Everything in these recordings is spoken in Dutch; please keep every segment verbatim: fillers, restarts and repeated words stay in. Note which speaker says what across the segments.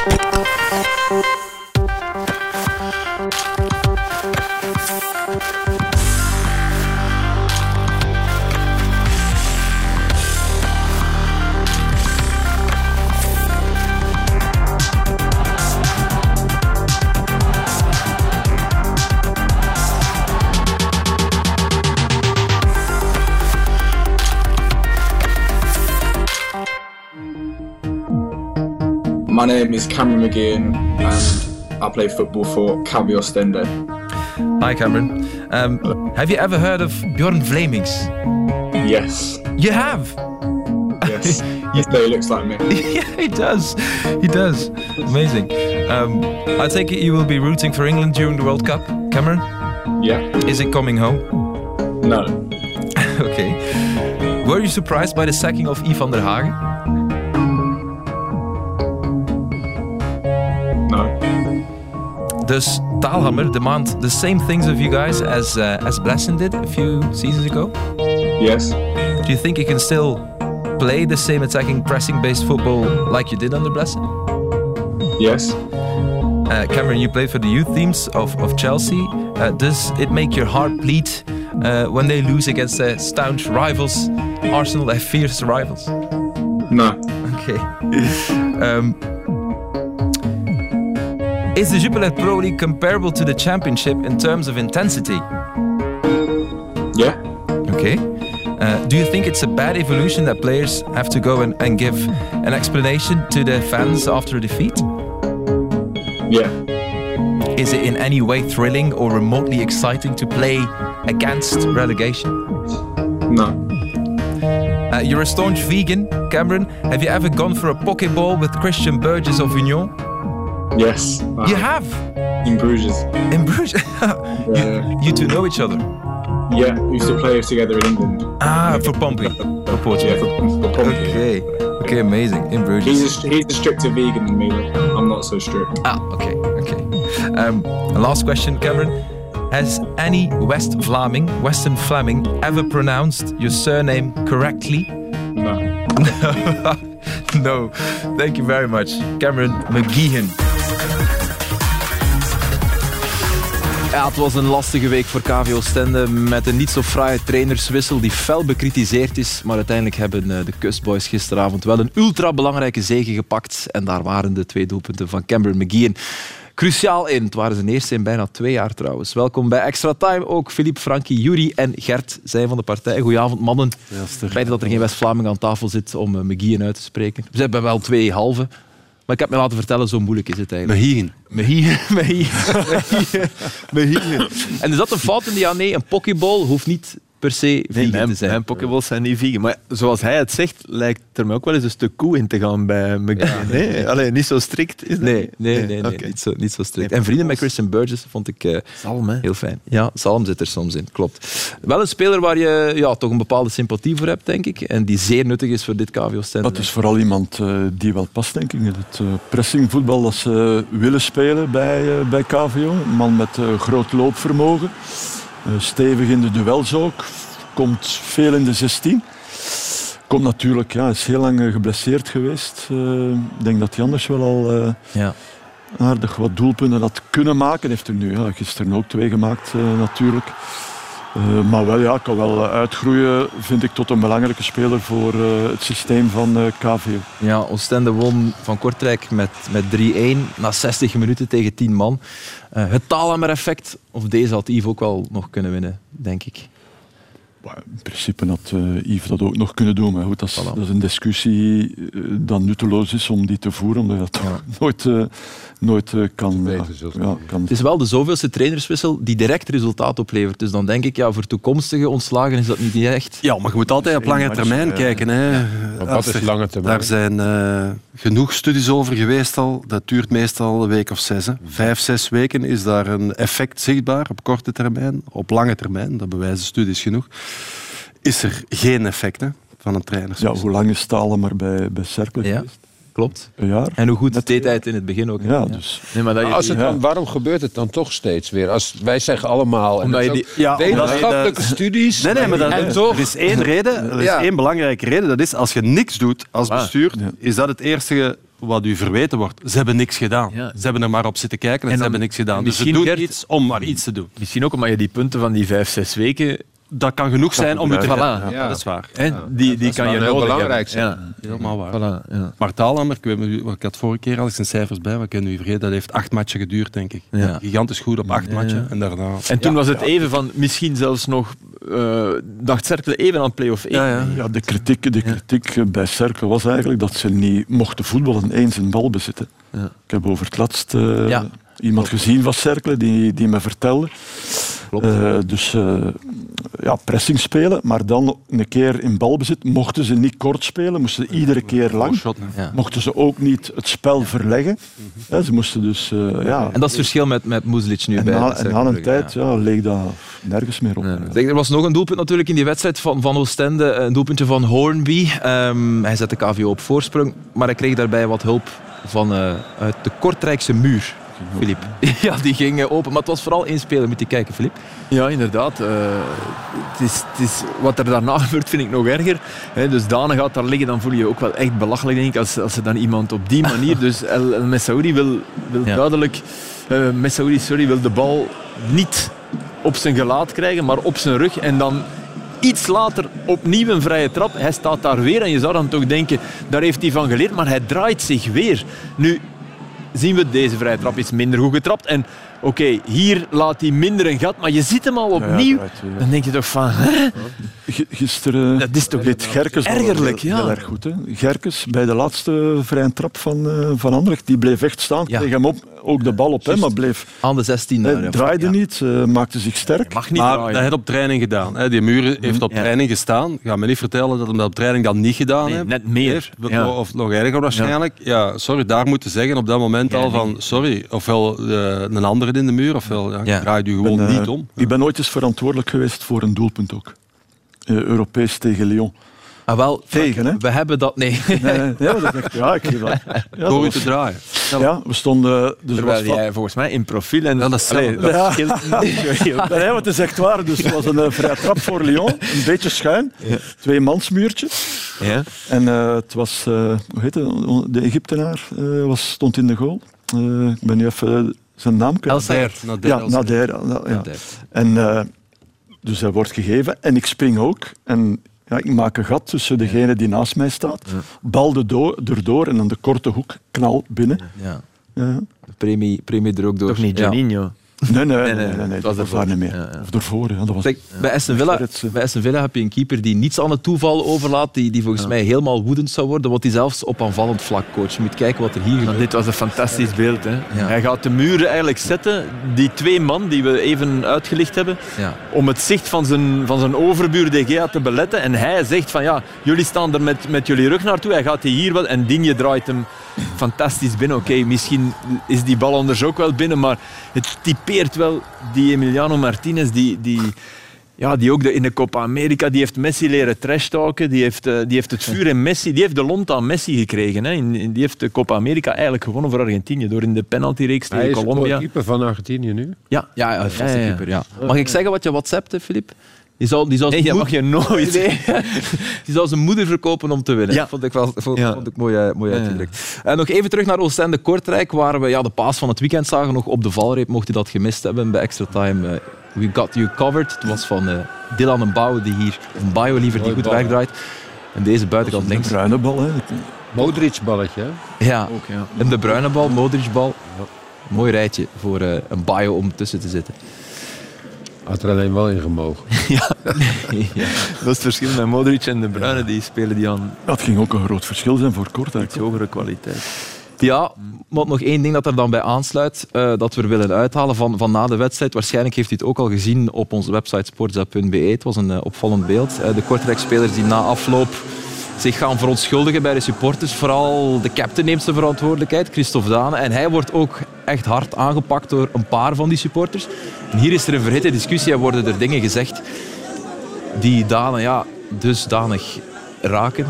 Speaker 1: My name is Cameron McGeehan and I play football for K V Oostende.
Speaker 2: Hi Cameron. Um, have you ever heard of Bjorn Vlemings?
Speaker 1: Yes.
Speaker 2: You have?
Speaker 1: Yes. Yes, no, he looks like me.
Speaker 2: Yeah, he does. He does. Amazing. Um, I take it you will be rooting for England during the World Cup, Cameron?
Speaker 1: Yeah.
Speaker 2: Is it coming home?
Speaker 1: No.
Speaker 2: Okay. Were you surprised by the sacking of Yves van der Hagen?
Speaker 1: No.
Speaker 2: Does Thalhammer demand the same things of you guys as uh, as Blessen did a few seasons ago?
Speaker 1: Yes.
Speaker 2: Do you think you can still play the same attacking, pressing-based football like you did under Blessen?
Speaker 1: Yes.
Speaker 2: Uh, Cameron, you played for the youth teams of, of Chelsea. Uh, does it make your heart bleed uh, when they lose against their staunch rivals, Arsenal, their fierce rivals?
Speaker 1: No.
Speaker 2: Okay. um, is the Jupiler Pro League comparable to the Championship in terms of intensity?
Speaker 1: Yeah.
Speaker 2: Okay. Uh, do you think it's a bad evolution that players have to go and, and give an explanation to their fans after a defeat?
Speaker 1: Yeah.
Speaker 2: Is it in any way thrilling or remotely exciting to play against relegation?
Speaker 1: No.
Speaker 2: Uh, you're a staunch vegan, Cameron. Have you ever gone for a pokeball with Christian Burgess of Union?
Speaker 1: Yes.
Speaker 2: You have?
Speaker 1: In Bruges.
Speaker 2: In Bruges?
Speaker 1: Yeah.
Speaker 2: you, you two know each other?
Speaker 1: Yeah, we used to play together in England.
Speaker 2: Ah, for Pompey. For Portugal.
Speaker 1: Yeah, for, for Pompey.
Speaker 2: Okay. Okay, amazing. In Bruges.
Speaker 1: He's a, he's a stricter vegan than me. I'm not so strict.
Speaker 2: Ah, okay, okay. Um, last question, Cameron. Has any West Vlaming, Western Fleming, ever pronounced your surname correctly?
Speaker 1: No.
Speaker 2: No. Thank you very much. Cameron McGeehan. Ja, het was een lastige week voor K V Oostende met een niet zo fraaie trainerswissel die fel bekritiseerd is. Maar uiteindelijk hebben de Kustboys gisteravond wel een ultra-belangrijke zege gepakt. En daar waren de twee doelpunten van Cameron McGeehan cruciaal in. Het waren zijn eerste in bijna twee jaar trouwens. Welkom bij Extra Time. Ook Philippe, Frankie, Yuri en Gert zijn van de partij. Goedenavond mannen. Fijn dat er geen West-Vlaming aan tafel zit om McGeehan uit te spreken. We hebben wel twee halve. Maar ik heb me laten vertellen, zo moeilijk is het eigenlijk.
Speaker 3: McGeehan.
Speaker 2: McGeehan. McGeehan. McGeehan. En is dat een fout in die? Ja, nee, een pokeball hoeft niet per se vegan
Speaker 3: nee,
Speaker 2: te zijn.
Speaker 3: Mijn pokeballs zijn niet vegan. Maar zoals hij het zegt, lijkt er me ook wel eens een stuk koe in te gaan bij McGeehan. Ja. Nee? Allee, niet zo strikt is dat?
Speaker 2: Nee, nee, nee, nee, nee okay. niet, zo, niet zo strikt. Nee, en vrienden met Christian Burgess vond ik uh,
Speaker 3: Salm, hè?
Speaker 2: heel fijn. Ja, Salm zit er soms in, klopt. Wel een speler waar je ja, toch een bepaalde sympathie voor hebt, denk ik. En die zeer nuttig is voor dit K V Oostende.
Speaker 4: Dat is vooral iemand uh, die wel past, denk ik. Het uh, pressingvoetbal dat ze uh, willen spelen bij, uh, bij K V O. Een man met uh, groot loopvermogen. Uh, stevig in de duels ook. Komt veel in de zestien. Komt natuurlijk, ja, is heel lang geblesseerd geweest. Uh, ik denk dat hij anders wel al uh,
Speaker 2: ja.
Speaker 4: aardig wat doelpunten had kunnen maken. Heeft er nu ja, gisteren ook twee gemaakt uh, natuurlijk. Uh, maar wel, ja, kan wel uitgroeien, vind ik, tot een belangrijke speler voor uh, het systeem van uh, K V O.
Speaker 2: Ja, Oostende won van Kortrijk met, met drie-één na zestig minuten tegen tien man. Uh, het Thalhammer-effect, of deze had Yves ook wel nog kunnen winnen, denk ik.
Speaker 4: In principe had uh, Yves dat ook nog kunnen doen. Maar goed, dat, is, voilà. dat is een discussie uh, dat nutteloos is om die te voeren, omdat je dat ja. nooit, uh, nooit uh, kan, uh, ja, kan...
Speaker 2: Het is wel de zoveelste trainerswissel die direct resultaat oplevert. Dus dan denk ik, ja, voor toekomstige ontslagen is dat niet echt...
Speaker 3: Ja, maar je moet altijd op lange termijn ja. kijken. Hè.
Speaker 5: Wat is lange termijn?
Speaker 3: Daar zijn uh, genoeg studies over geweest al. Dat duurt meestal een week of zes. Hè. Vijf, zes weken is daar een effect zichtbaar op korte termijn. Op lange termijn, dat bewijzen studies genoeg. Is er geen effect hè, van een trainer.
Speaker 4: Ja, hoe lang is Thalhammer maar bij, bij Cercle
Speaker 2: ja,
Speaker 4: geweest?
Speaker 2: Klopt.
Speaker 4: Een jaar.
Speaker 2: En hoe goed Net deed hij het in het begin ook.
Speaker 4: Ja, ja. Dus.
Speaker 5: Nee, maar dat je, als het dan, waarom gebeurt het dan toch steeds weer? Als, wij zeggen allemaal...
Speaker 2: Omdat je die,
Speaker 5: ja, wetenschappelijke studies...
Speaker 3: Nee, nee, maar dat, en toch, er is één reden. Er is ja. één belangrijke reden. Dat is, als je niks doet als bestuur, ah. is dat het eerste wat u verweten wordt. Ze hebben niks gedaan.
Speaker 2: Ja.
Speaker 3: Ze hebben er maar op zitten kijken en,
Speaker 2: En
Speaker 3: ze
Speaker 2: dan-
Speaker 3: hebben niks gedaan. Dus ze
Speaker 2: misschien,
Speaker 3: doen
Speaker 2: Gert-
Speaker 3: iets om maar iets te doen.
Speaker 2: Misschien ook omdat je die punten van die vijf, zes weken...
Speaker 3: Dat kan genoeg zijn om u te
Speaker 2: gebruiken.
Speaker 3: redden.
Speaker 2: Voilà.
Speaker 3: Ja, dat is waar.
Speaker 2: Hè, die die
Speaker 5: is
Speaker 2: kan
Speaker 5: wel
Speaker 2: je
Speaker 5: heel
Speaker 2: nodig
Speaker 5: belangrijk
Speaker 2: hebben. Ja.
Speaker 3: Helemaal waar.
Speaker 2: Voilà, ja.
Speaker 3: Maar Thalhammer, ik, weet, niet, ik had vorige keer al eens zijn cijfers bij, maar ik kan nu vergeten, dat heeft acht matchen geduurd, denk ik.
Speaker 2: Ja.
Speaker 3: Gigantisch goed op acht
Speaker 2: Ja,
Speaker 3: matchen.
Speaker 2: ja.
Speaker 3: En daarna...
Speaker 2: En toen was het even van, misschien zelfs nog, uh, dacht Cercle even aan play-off één.
Speaker 3: Ja, ja.
Speaker 4: Ja, de kritiek, de kritiek bij Cercle was eigenlijk dat ze niet mochten voetballen eens in balbezitten.
Speaker 2: Ja.
Speaker 4: Ik heb over het laatst uh,
Speaker 2: Ja.
Speaker 4: iemand gezien van Cercle die, die me vertelde.
Speaker 2: Klopt.
Speaker 4: Uh, dus uh, ja, pressing spelen, maar dan een keer in balbezit mochten ze niet kort spelen, moesten ze iedere keer lang.
Speaker 3: Shot, hè.
Speaker 2: Ja.
Speaker 4: Mochten ze ook niet het spel verleggen. Ja, ze moesten dus... Uh, ja.
Speaker 2: En dat is het verschil met, met Muslij nu
Speaker 4: En
Speaker 2: bij
Speaker 4: na,
Speaker 2: Cercle
Speaker 4: en na een
Speaker 2: Brugge,
Speaker 4: tijd
Speaker 2: ja.
Speaker 4: ja, leek dat nergens meer op.
Speaker 2: Ja. Zeg, er was nog een doelpunt natuurlijk in die wedstrijd van, van Oostende. Een doelpuntje van Hornby. Um, hij zette K V O op voorsprong, maar hij kreeg daarbij wat hulp van, uh, uit de Kortrijkse muur. Filip. Ja, die ging uh, open. Maar het was vooral één speler. Moet je kijken, Filip. Ja, inderdaad. Uh, het is, het is, wat er daarna gebeurt, vind ik nog erger. He, dus Dane gaat daar liggen, dan voel je je ook wel echt belachelijk, denk ik, als, als er dan iemand op die manier... Dus El, El Messaoudi wil, wil ja. duidelijk... Uh, Messaoudi, sorry, wil de bal niet op zijn gelaat krijgen, maar op zijn rug. En dan iets later opnieuw een vrije trap. Hij staat daar weer en je zou dan toch denken, daar heeft hij van geleerd. Maar hij draait zich weer. Nu... zien we deze vrije trap is minder goed getrapt. En oké, okay, hier laat hij minder een gat, maar je ziet hem al opnieuw. Ja, ja, dan denk je toch van... Hè?
Speaker 4: Gisteren
Speaker 2: dat is toch
Speaker 4: deed Gerkes
Speaker 2: ergerlijk,
Speaker 4: heel,
Speaker 2: ja.
Speaker 4: heel erg goed. Hè? Gerkes, bij de laatste vrije trap van, uh, van Anderlecht, die bleef echt staan.
Speaker 2: Ja.
Speaker 4: Kreeg hem op, ook de bal op hem, maar bleef...
Speaker 2: Aan de zestien.
Speaker 4: Hij uh, draaide ja. niet, uh, maakte zich sterk.
Speaker 2: Mag niet
Speaker 3: maar
Speaker 2: draaien.
Speaker 3: hij heeft op training gedaan. Hè. Die Muur heeft op ja. training gestaan. Ga me niet vertellen dat hij dat op training dan niet gedaan
Speaker 2: nee,
Speaker 3: heeft.
Speaker 2: Net meer.
Speaker 3: Ja. Of nog erger waarschijnlijk. Ja. ja, sorry, daar moeten zeggen op dat moment ja, al van... Sorry, ofwel uh, een andere in de muur, ofwel ja, ja. draai je gewoon
Speaker 4: ben, uh,
Speaker 3: niet om.
Speaker 4: Ik ben ooit eens verantwoordelijk geweest voor een doelpunt ook. Uh, Europees tegen Lyon.
Speaker 2: Ah, wel,
Speaker 4: tegen, hè?
Speaker 2: We hebben dat... Nee.
Speaker 4: nee, nee ja, dat echt, ja, ik geef dat. Ja,
Speaker 3: Door u te draaien.
Speaker 4: Ja, we stonden... Dus
Speaker 2: Terwijl
Speaker 4: was
Speaker 2: jij volgens mij in profiel... En
Speaker 3: ja, dat is
Speaker 2: allee, dat
Speaker 4: ja.
Speaker 2: scheelt niet.
Speaker 4: Nee, nee, het is echt waar. Dus het was een uh, vrije trap voor Lyon. Een beetje schuin. Ja. Twee mansmuurtje.
Speaker 2: Ja.
Speaker 4: En uh, het was... Uh, hoe heet het? De Egyptenaar uh, was, stond in de goal. Uh, ik ben nu even uh, zijn naam kwijt.
Speaker 2: Nader.
Speaker 4: Ja, Nader. Ja. En uh, dus hij wordt gegeven. En ik spring ook. En ja, ik maak een gat tussen degene die naast mij staat. Ja. Bal erdoor, erdoor en dan de korte hoek, knal binnen.
Speaker 2: Ja.
Speaker 4: Ja.
Speaker 2: De premie, premie er ook door.
Speaker 6: Toch niet Juninho?
Speaker 2: Ja.
Speaker 4: Nee, nee, nee, nee, nee, nee, dat was daar niet meer.
Speaker 2: Ja, ja.
Speaker 4: Of ervoor. Ja, dat was...
Speaker 2: Zeg, bij, Aston Villa, bij Aston Villa heb je een keeper die niets aan het toeval overlaat, die, die volgens ja. mij helemaal woedend zou worden, want die zelfs op aanvallend vlak coach. Je moet kijken wat er hier gebeurt.
Speaker 6: Dit was een fantastisch beeld. Hè?
Speaker 2: Ja.
Speaker 6: Hij gaat de muren eigenlijk zetten, die twee man die we even uitgelicht hebben,
Speaker 2: ja.
Speaker 6: om het zicht van zijn, van zijn overbuur De Gea te beletten. En hij zegt van ja, jullie staan er met, met jullie rug naartoe, hij gaat die hier wel en Digne draait hem fantastisch binnen. Oké, okay, misschien is die bal anders ook wel binnen, maar het typeert wel die Emiliano Martinez, die, die, ja, die ook de, in de Copa America, die heeft Messi leren trashtalken, die heeft, uh, die heeft het vuur in Messi, die heeft de lont aan Messi gekregen. Hè. In, in, die heeft de Copa America eigenlijk gewonnen voor Argentinië, door in de penaltyreeks tegen
Speaker 5: Hij is
Speaker 6: Colombia.
Speaker 5: de keeper van Argentinië nu.
Speaker 2: Ja, ja, ja, vaste ja, ja. keeper. Ja. Mag ik zeggen wat je WhatsAppte, Filip? Die zou, die zou
Speaker 6: nee, dat mag je nooit.
Speaker 2: Nee. Die zou zijn moeder verkopen om te winnen.
Speaker 6: Ja.
Speaker 2: Vond ik wel vond,
Speaker 6: ja.
Speaker 2: vond ik mooi, mooi uitgedrukt. En nog even terug naar Oostende Kortrijk, waar we ja, de paas van het weekend zagen. Nog op de valreep, mocht je dat gemist hebben bij Extra Time. Uh, we got you covered. Het was van uh, Dylan Mbao, die hier, een Bayo liever, die goed wegdraait. En deze buitenkant links.
Speaker 4: Een bruine bal, hè.
Speaker 5: Modric-balletje, hè?
Speaker 2: Ja. Ook, ja. En de bruine bal, Modric-bal. Ja. Mooi rijtje voor uh, een Bayo om tussen te zitten.
Speaker 5: Had er alleen wel in gemogen.
Speaker 2: Ja. Ja, dat is het verschil met Modric en de Bruyne, die spelen die aan...
Speaker 4: Dat ging ook een groot verschil zijn voor Kortrijk.
Speaker 2: Iets hogere kwaliteit. Ja, maar nog één ding dat er dan bij aansluit, uh, dat we er willen uithalen van, van na de wedstrijd. Waarschijnlijk heeft u het ook al gezien op onze website sportza punt be. Het was een uh, opvallend beeld. Uh, de Kortrijk-spelers die na afloop zich gaan verontschuldigen bij de supporters. Vooral de captain neemt zijn verantwoordelijkheid, Christophe Dane. En hij wordt ook echt hard aangepakt door een paar van die supporters. En hier is er een verhitte discussie en worden er dingen gezegd die Dane ja, dusdanig raken.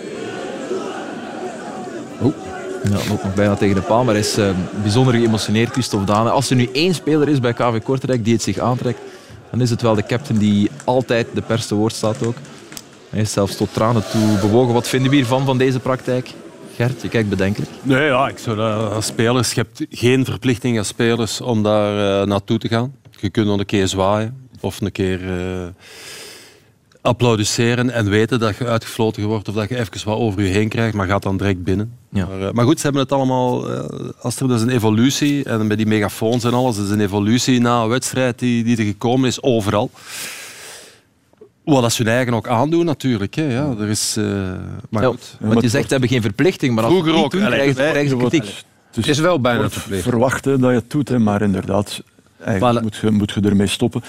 Speaker 2: Oh. Ja, loopt nog bijna tegen de paal, maar hij is uh, bijzonder geëmotioneerd, Christophe Dane. Als er nu één speler is bij K V Kortrijk die het zich aantrekt, dan is het wel de captain die altijd de pers te woord staat ook. Hij is zelfs tot tranen toe bewogen. Wat vinden we hiervan, van deze praktijk? Gert, je kijkt bedenkelijk.
Speaker 3: Nee, ja, ik zou dat als spelers... Je hebt geen verplichting als spelers om daar uh, naartoe te gaan. Je kunt nog een keer zwaaien of een keer uh, applaudisseren en weten dat je uitgefloten wordt of dat je even wat over je heen krijgt, maar gaat dan direct binnen.
Speaker 2: Ja.
Speaker 3: Maar, uh, maar goed, ze hebben het allemaal... Uh, als er, dat is een evolutie en met die megafoons en alles, dat is een evolutie na een wedstrijd die, die er gekomen is, overal. Wat dat ze hun eigen ook aandoen natuurlijk. Hè. Ja, er is, uh, maar
Speaker 2: ja,
Speaker 3: goed.
Speaker 2: want je zegt, ze hebben geen verplichting, maar als
Speaker 3: Vroeger
Speaker 2: ze
Speaker 3: ook.
Speaker 2: het niet doen,
Speaker 3: Allee,
Speaker 2: krijgen, krijgen ze kritiek.
Speaker 4: Dus
Speaker 5: Het is wel bijna
Speaker 4: wordt
Speaker 5: verplicht.
Speaker 4: verwachten dat je het doet, hè, maar inderdaad, eigenlijk
Speaker 3: Voilà.
Speaker 4: moet, je, moet je ermee stoppen.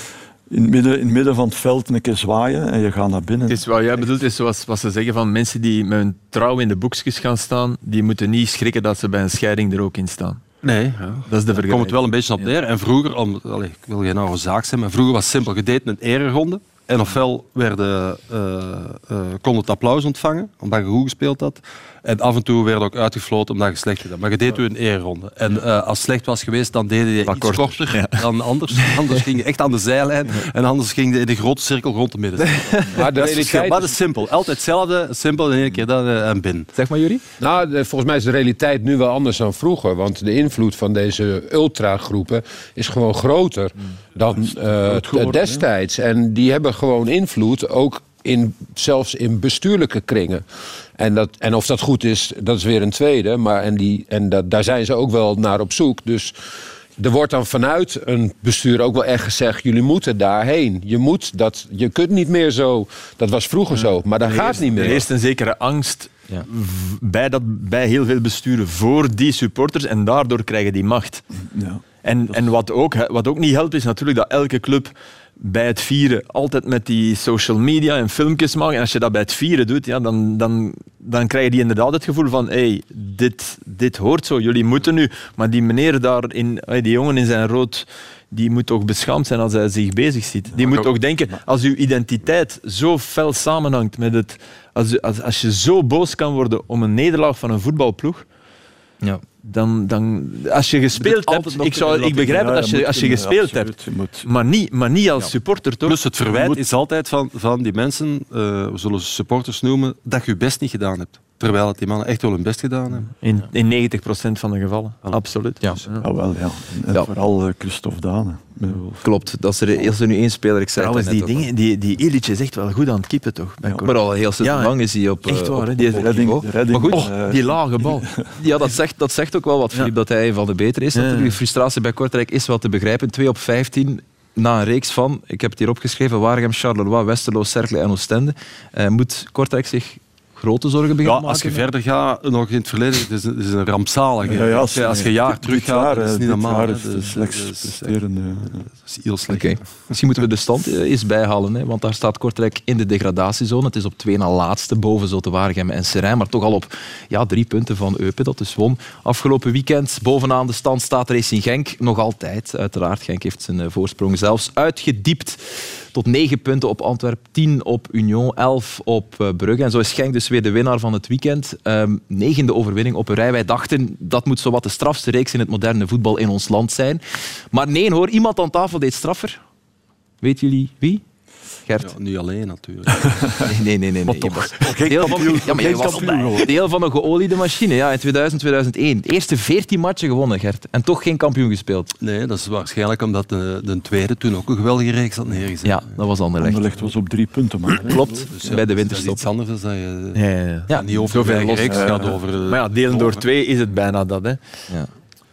Speaker 4: In het, midden, in het midden van het veld een keer zwaaien en je gaat naar binnen.
Speaker 6: Het is wat jij bedoelt, is zoals wat ze zeggen van mensen die met hun trouw in de boekjes gaan staan, die moeten niet schrikken dat ze bij een scheiding er ook in staan.
Speaker 3: Nee, ja.
Speaker 6: Dat is de
Speaker 3: Daar
Speaker 6: vergelijking.
Speaker 3: komt het wel een beetje op neer. En vroeger, om, allez, ik wil geen oude zaak zijn, maar vroeger was het simpel. Je deed een ereronde. En ofwel werden, uh, uh, kon het applaus ontvangen, omdat je goed gespeeld had. En af en toe werd ook uitgefloten omdat je slecht gedaan. Maar je deed u een ereronde. En uh, als het slecht was geweest, dan deed je iets korter, korter ja. dan anders. Anders ging je echt aan de zijlijn. En anders ging je in de grote cirkel rond de midden.
Speaker 5: Maar de realiteit...
Speaker 3: Maar dat is simpel. Altijd hetzelfde. Simpel in één keer dan uh, en binnen.
Speaker 2: Zeg maar, Jurie.
Speaker 5: Nou, de, volgens mij is de realiteit nu wel anders dan vroeger. Want de invloed van deze ultragroepen is gewoon groter dan uh,
Speaker 4: geworden,
Speaker 5: destijds. En die hebben gewoon invloed, ook in, zelfs in bestuurlijke kringen. En, dat, en of dat goed is, dat is weer een tweede. Maar en die, en dat, daar zijn ze ook wel naar op zoek. Dus er wordt dan vanuit een bestuur ook wel echt gezegd, jullie moeten daarheen. Je moet dat, je kunt niet meer zo. Dat was vroeger zo, maar dat gaat niet meer.
Speaker 6: Er is een zekere angst
Speaker 2: Ja.
Speaker 6: v- bij, dat, bij heel veel besturen voor die supporters en daardoor krijgen die macht.
Speaker 4: Ja.
Speaker 6: En, en wat, ook, wat ook niet helpt is natuurlijk dat elke club bij het vieren altijd met die social media en filmpjes maken. En als je dat bij het vieren doet, ja, dan, dan, dan krijg je die inderdaad het gevoel van hey, dit, dit hoort zo, jullie moeten nu. Maar die meneer daar, in, die jongen in zijn rood, die moet toch beschaamd zijn als hij zich bezig ziet. Die moet toch denken, als uw identiteit zo fel samenhangt met het... Als, als, als je zo boos kan worden om een nederlaag van een voetbalploeg,
Speaker 2: Ja.
Speaker 6: dan, dan als je gespeeld
Speaker 2: altijd
Speaker 6: hebt,
Speaker 2: nog
Speaker 6: ik, zou, ik begrijp het als je, als je gespeeld hebt, maar niet, maar niet als supporter, toch?
Speaker 3: Plus het verwijt is altijd van, van die mensen, uh, we zullen ze supporters noemen, dat je je best niet gedaan hebt. Terwijl het die mannen echt wel hun best gedaan hebben.
Speaker 6: In, in negentig procent van de gevallen, absoluut.
Speaker 2: Ja.
Speaker 4: Ja, wel, ja. En
Speaker 2: Ja.
Speaker 4: vooral uh, Christophe Dane.
Speaker 2: Klopt, dat is er, als er nu één speler, ik zei het
Speaker 6: Trouwens, die,
Speaker 2: net ook al.
Speaker 6: dingen, die, die Illich is echt wel goed aan het kippen, toch? Bij
Speaker 4: Ja.
Speaker 6: Cor-
Speaker 2: Maar al heel seizoen
Speaker 6: Ja,
Speaker 2: lang is hij op...
Speaker 6: echt
Speaker 2: uh,
Speaker 6: waar, hè,
Speaker 2: op-
Speaker 6: die
Speaker 2: op
Speaker 6: is
Speaker 2: hoog
Speaker 4: redding,
Speaker 2: niveau.
Speaker 4: de redding.
Speaker 2: Maar goed,
Speaker 4: eh,
Speaker 6: die lage bal.
Speaker 2: ja, dat zegt, dat zegt ook wel wat, Filip, dat hij een van de betere is.
Speaker 6: Ja.
Speaker 2: Natuurlijk, de frustratie bij Kortrijk is wel te begrijpen. twee op vijftien na een reeks van, ik heb het hier opgeschreven, Waregem, Charleroi, Westerlo, Cercle en Oostende. Uh, moet Kortrijk zich grote zorgen beginnen
Speaker 3: Ja,
Speaker 2: maken?
Speaker 3: als je verder gaat, nog in het verleden, het is een, het is een rampzalige.
Speaker 4: Ja, ja,
Speaker 3: als, je, als je een jaar terug gaat, dat is niet normaal.
Speaker 4: Het
Speaker 3: hè.
Speaker 4: is
Speaker 3: Dat
Speaker 4: de
Speaker 3: is-
Speaker 4: slechtst
Speaker 3: dat is-
Speaker 4: presterende.
Speaker 3: dat is heel slecht.
Speaker 2: Oké. Misschien moeten we de stand eh, eens bijhalen, hè? Want daar staat Kortrijk in de degradatiezone. Het is op twee na laatste, boven Zulte Waregem en Seraing, maar toch al op ja, drie punten van Eupen, dat dus won. Afgelopen weekend bovenaan de stand staat Racing Genk, nog altijd. Uiteraard, Genk heeft zijn eh, voorsprong zelfs uitgediept tot negen punten op Antwerpen, tien op Union, elf op uh, Brugge. En zo is Genk dus weer de winnaar van het weekend. Um, negende overwinning op een rij. Wij dachten, dat moet zowat de strafste reeks in het moderne voetbal in ons land zijn. Maar nee hoor, iemand aan tafel deed straffer. Weet jullie wie? Gert?
Speaker 3: Ja, niet alleen natuurlijk.
Speaker 2: Nee, nee, nee. nee, nee. Je was deel van, ja, maar je was deel van een geoliede machine. Ja, in tweeduizend, tweeduizend één. De eerste veertien matchen gewonnen, Gert. En toch geen kampioen gespeeld.
Speaker 3: Nee, dat is waarschijnlijk omdat de, de tweede toen ook een geweldige reeks had neergezet.
Speaker 2: Ja, dat was Anderlecht.
Speaker 4: Anderlecht was op drie punten, maar. hè.
Speaker 2: Klopt,
Speaker 3: Dus ja,
Speaker 2: bij de
Speaker 3: dat is
Speaker 2: winterstop.
Speaker 3: iets anders dan dat je...
Speaker 6: Ja, ja, ja.
Speaker 2: Ja,
Speaker 3: niet over
Speaker 6: zoveel
Speaker 3: de eigen
Speaker 6: los.
Speaker 3: reeks,
Speaker 6: Ja,
Speaker 3: gaat
Speaker 6: ja.
Speaker 3: over... de-
Speaker 6: Maar ja, delen door twee is het bijna dat, hè.
Speaker 2: Ja.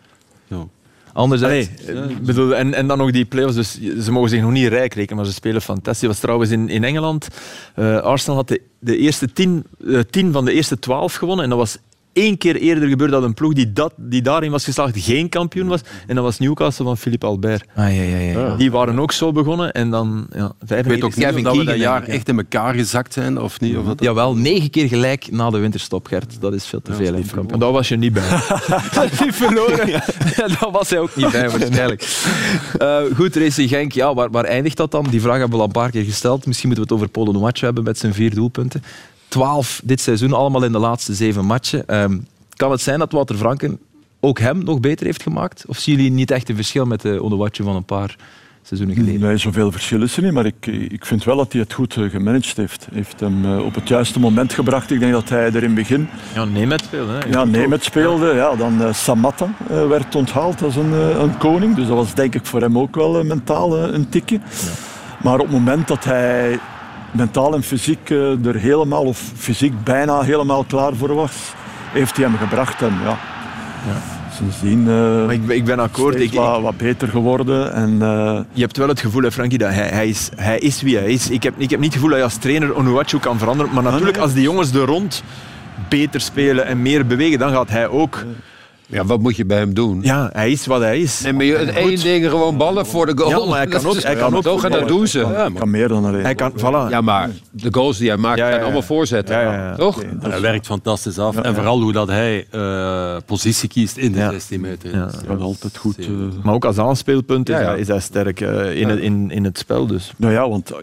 Speaker 3: Ja.
Speaker 2: Anderzijds...
Speaker 6: Allee, ik bedoel, en, en dan nog die play-offs, dus ze mogen zich nog niet rijk rekenen, maar ze spelen fantastisch. Dat was trouwens in, in Engeland. Uh, Arsenal had de, de eerste tien, uh, tien van de eerste twaalf gewonnen en dat was één keer eerder gebeurd dat een ploeg die, dat, die daarin was geslaagd geen kampioen was. En dat was Newcastle van Philippe Albert.
Speaker 2: Ah, ja, ja, ja. ja.
Speaker 6: Die waren ook zo begonnen en dan... Ja,
Speaker 3: Ik weet ook niet
Speaker 2: Kevin
Speaker 3: of dat we dat
Speaker 2: Keegan,
Speaker 3: jaar
Speaker 2: denk ik, ja.
Speaker 3: echt in elkaar gezakt zijn of niet. Of dat
Speaker 2: Jawel, negen keer gelijk na de winterstop, Gert. Dat is veel te
Speaker 3: Ja,
Speaker 2: veel.
Speaker 3: dat is
Speaker 2: hè,
Speaker 3: niet
Speaker 2: kampioen.
Speaker 6: Maar daar was je niet bij.
Speaker 2: Die verloren. Ja, daar was hij ook niet bij, waarschijnlijk. Uh, goed, Racing Genk, ja, waar, waar eindigt dat dan? Die vraag hebben we al een paar keer gesteld. Misschien moeten we het over Polo Noatje hebben met zijn vier doelpunten. Twaalf dit seizoen, allemaal in de laatste zeven matchen. Um, kan het zijn dat Wouter Franken ook hem nog beter heeft gemaakt? Of zien jullie niet echt een verschil met de Onuachu van een paar seizoenen geleden.
Speaker 4: Nee, zoveel verschil is er niet, maar ik, ik vind wel dat hij het goed uh, gemanaged heeft. Hij heeft hem uh, op het juiste moment gebracht. Ik denk dat hij er in het begin...
Speaker 6: Ja, Nemeth speelde. Hè.
Speaker 4: Ja, Nemeth speelde. Ja, dan uh, Samatta uh, werd onthaald als een, uh, een koning. Dus dat was denk ik voor hem ook wel uh, mentaal uh, een tikje. Ja. Maar op het moment dat hij mentaal en fysiek uh, er helemaal, of fysiek bijna helemaal klaar voor was, heeft hij hem gebracht. En ja... ja. Sindsdien uh,
Speaker 6: ik, ik ben akkoord. Ik,
Speaker 4: wat, wat beter geworden. En, uh,
Speaker 6: je hebt wel het gevoel, hè, Frankie, dat hij, hij, is, hij is wie hij is. Ik heb, ik heb niet het gevoel dat je als trainer Onuachu kan veranderen. Maar natuurlijk, als die jongens er rond beter spelen en meer bewegen, dan gaat hij ook...
Speaker 5: Ja, wat moet je bij hem doen?
Speaker 6: Ja, hij is wat hij is.
Speaker 5: Nee, maar je, het één ding gewoon ballen voor de goal.
Speaker 6: Ja, maar hij kan ook, hij kan
Speaker 5: ja,
Speaker 6: ook
Speaker 5: toch, en dat doen ze.
Speaker 4: Ja, hij kan meer dan alleen.
Speaker 6: Hij kan, voilà.
Speaker 5: Ja, maar de goals die hij maakt
Speaker 6: ja, ja, ja.
Speaker 5: zijn allemaal voorzetten.
Speaker 6: Ja, ja, ja.
Speaker 5: Toch?
Speaker 3: Okay, hij werkt fantastisch af. Ja, en vooral hoe dat hij uh, positie kiest in de ja. zestien meter.
Speaker 4: Ja, dat is altijd goed. Uh,
Speaker 6: maar ook als aanspeelpunt is,
Speaker 5: ja, ja.
Speaker 6: Hij, is hij sterk uh, in, het, in, in het spel. Dus.
Speaker 4: Nou ja, want...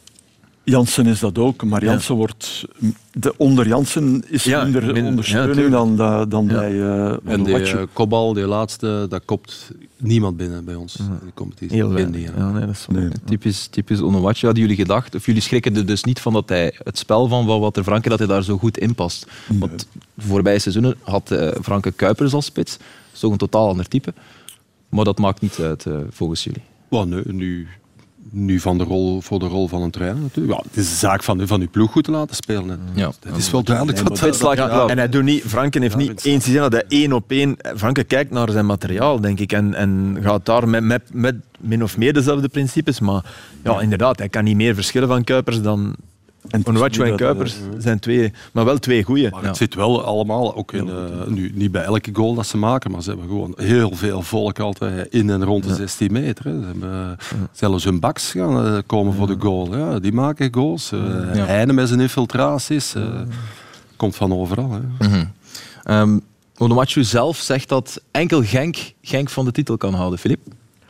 Speaker 4: Jansen is dat ook, maar Jansen ja. wordt... De, onder Jansen is ja, minder min, ondersteuning ja, dan, dan ja. bij uh,
Speaker 3: En die uh, kopbal, die laatste, dat kopt niemand binnen bij ons ja. in de competitie.
Speaker 2: Heel weinig. Ja. Ja, nee, dat is nee. Typisch, typisch Onuachu. Hadden jullie gedacht, of jullie schrikken er dus niet van dat hij het spel van Walter Franke, dat hij daar zo goed in past? Nee. Want voorbije seizoenen had uh, Franke Kuipers als spits. Dat is toch een totaal ander type. Maar dat maakt niet uit, uh, volgens jullie.
Speaker 3: Well, nee, nu... Nu van de rol, voor de rol van een trainer natuurlijk. Ja, het is een zaak van, van uw ploeg goed te laten spelen.
Speaker 2: Ja.
Speaker 3: Het is wel duidelijk.
Speaker 6: Nee, dat dat, ja, ja. En hij doet niet, Franken heeft ja, niet eens gezien dat hij één op één... Franken kijkt naar zijn materiaal, denk ik. En, en gaat daar met, met, met min of meer dezelfde principes. Maar ja, inderdaad, hij kan niet meer verschillen van Kuipers dan... En Onuachu en Kuipers uh, zijn twee, maar wel twee goeie.
Speaker 3: Maar het ja. zit wel allemaal, ook in, uh, nu, niet bij elke goal dat ze maken, maar ze hebben gewoon heel veel volk altijd in en rond de ja. zestien meter. Hè. Ze hebben uh, ja. zelfs hun backs gaan uh, komen ja. voor de goal. Ja, die maken goals. Uh, ja. Heine met zijn infiltraties. Uh, ja. Komt van overal. Hè.
Speaker 2: Mm-hmm. Um, Onuachu zelf zegt dat enkel Genk, Genk van de titel kan houden. Filip?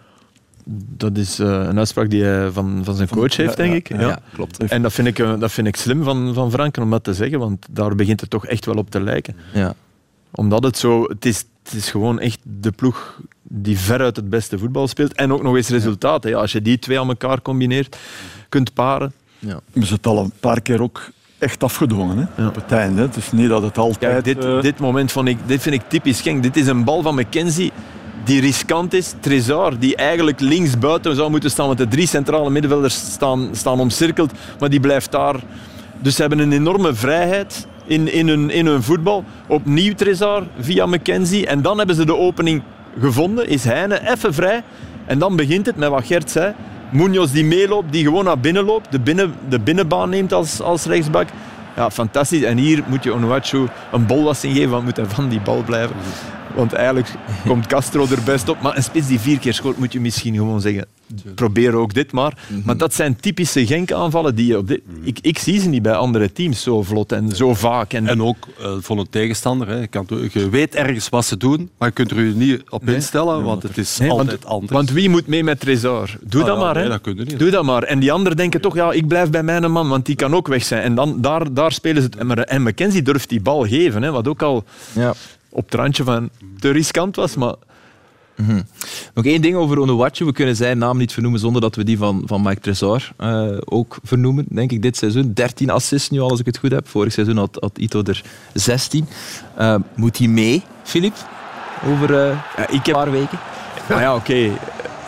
Speaker 6: Dat is uh, een uitspraak die hij van, van zijn coach heeft, denk ik.
Speaker 2: Ja, ja, ja, klopt.
Speaker 6: En dat vind ik, uh, dat vind ik slim van, van Franken om dat te zeggen, want daar begint het toch echt wel op te lijken.
Speaker 2: Ja.
Speaker 6: Omdat het zo... Het is, het is gewoon echt de ploeg die veruit het beste voetbal speelt. En ook nog eens resultaten. Ja, als je die twee aan elkaar combineert, kunt paren.
Speaker 4: Ja. We zijn het al een paar keer ook echt afgedwongen, hè, ja. op het einde. Het is niet dat het altijd...
Speaker 6: Kijk, dit,
Speaker 4: uh...
Speaker 6: dit moment vond ik, dit vind ik typisch Genk. Dit is een bal van McKenzie die riskant is. Trésor, die eigenlijk links buiten zou moeten staan, want de drie centrale middenvelders staan, staan omcirkeld, maar die blijft daar. Dus ze hebben een enorme vrijheid in, in, hun, in hun voetbal. Opnieuw Trésor via McKenzie. En dan hebben ze de opening gevonden. Is Heine even vrij. En dan begint het met wat Gert zei. Munoz die meeloopt, die gewoon naar binnen loopt. De, binnen, de binnenbaan neemt als, als rechtsbak. Ja, fantastisch. En hier moet je Onuachu een bolwassing geven, want moet hij van die bal blijven. Want eigenlijk komt Castro er best op. Maar een spits die vier keer scoort, moet je misschien gewoon zeggen. Probeer ook dit maar. Mm-hmm. Maar dat zijn typische Genk-aanvallen. Die je op dit, ik, ik zie ze niet bij andere teams zo vlot en zo vaak. En,
Speaker 3: en ook uh, voor een tegenstander. Hè. Je, kan, je weet ergens wat ze doen, maar je kunt er je niet op nee. instellen, nee, want het is nee, altijd
Speaker 6: want,
Speaker 3: anders.
Speaker 6: Want wie moet mee met Trésor? Doe ah, dat
Speaker 3: ja,
Speaker 6: maar.
Speaker 3: Nee,
Speaker 6: hè.
Speaker 3: dat kun je niet.
Speaker 6: Doe dat maar. En die anderen denken toch, ja, ik blijf bij mijn man, want die kan ook weg zijn. En dan, daar, daar spelen ze het. En McKenzie durft die bal geven, hè, wat ook al... Ja. op het randje van te riskant was, maar...
Speaker 2: Mm-hmm. Nog één ding over Onuachu. We kunnen zijn naam niet vernoemen zonder dat we die van, van Mike Trésor uh, ook vernoemen, denk ik, dit seizoen. dertien assists nu al, als ik het goed heb. Vorig seizoen had, had Ito er zestien. Uh, moet hij mee, Filip? Over uh, ja, ik heb... een paar weken?
Speaker 6: Nou ja, oké. Okay.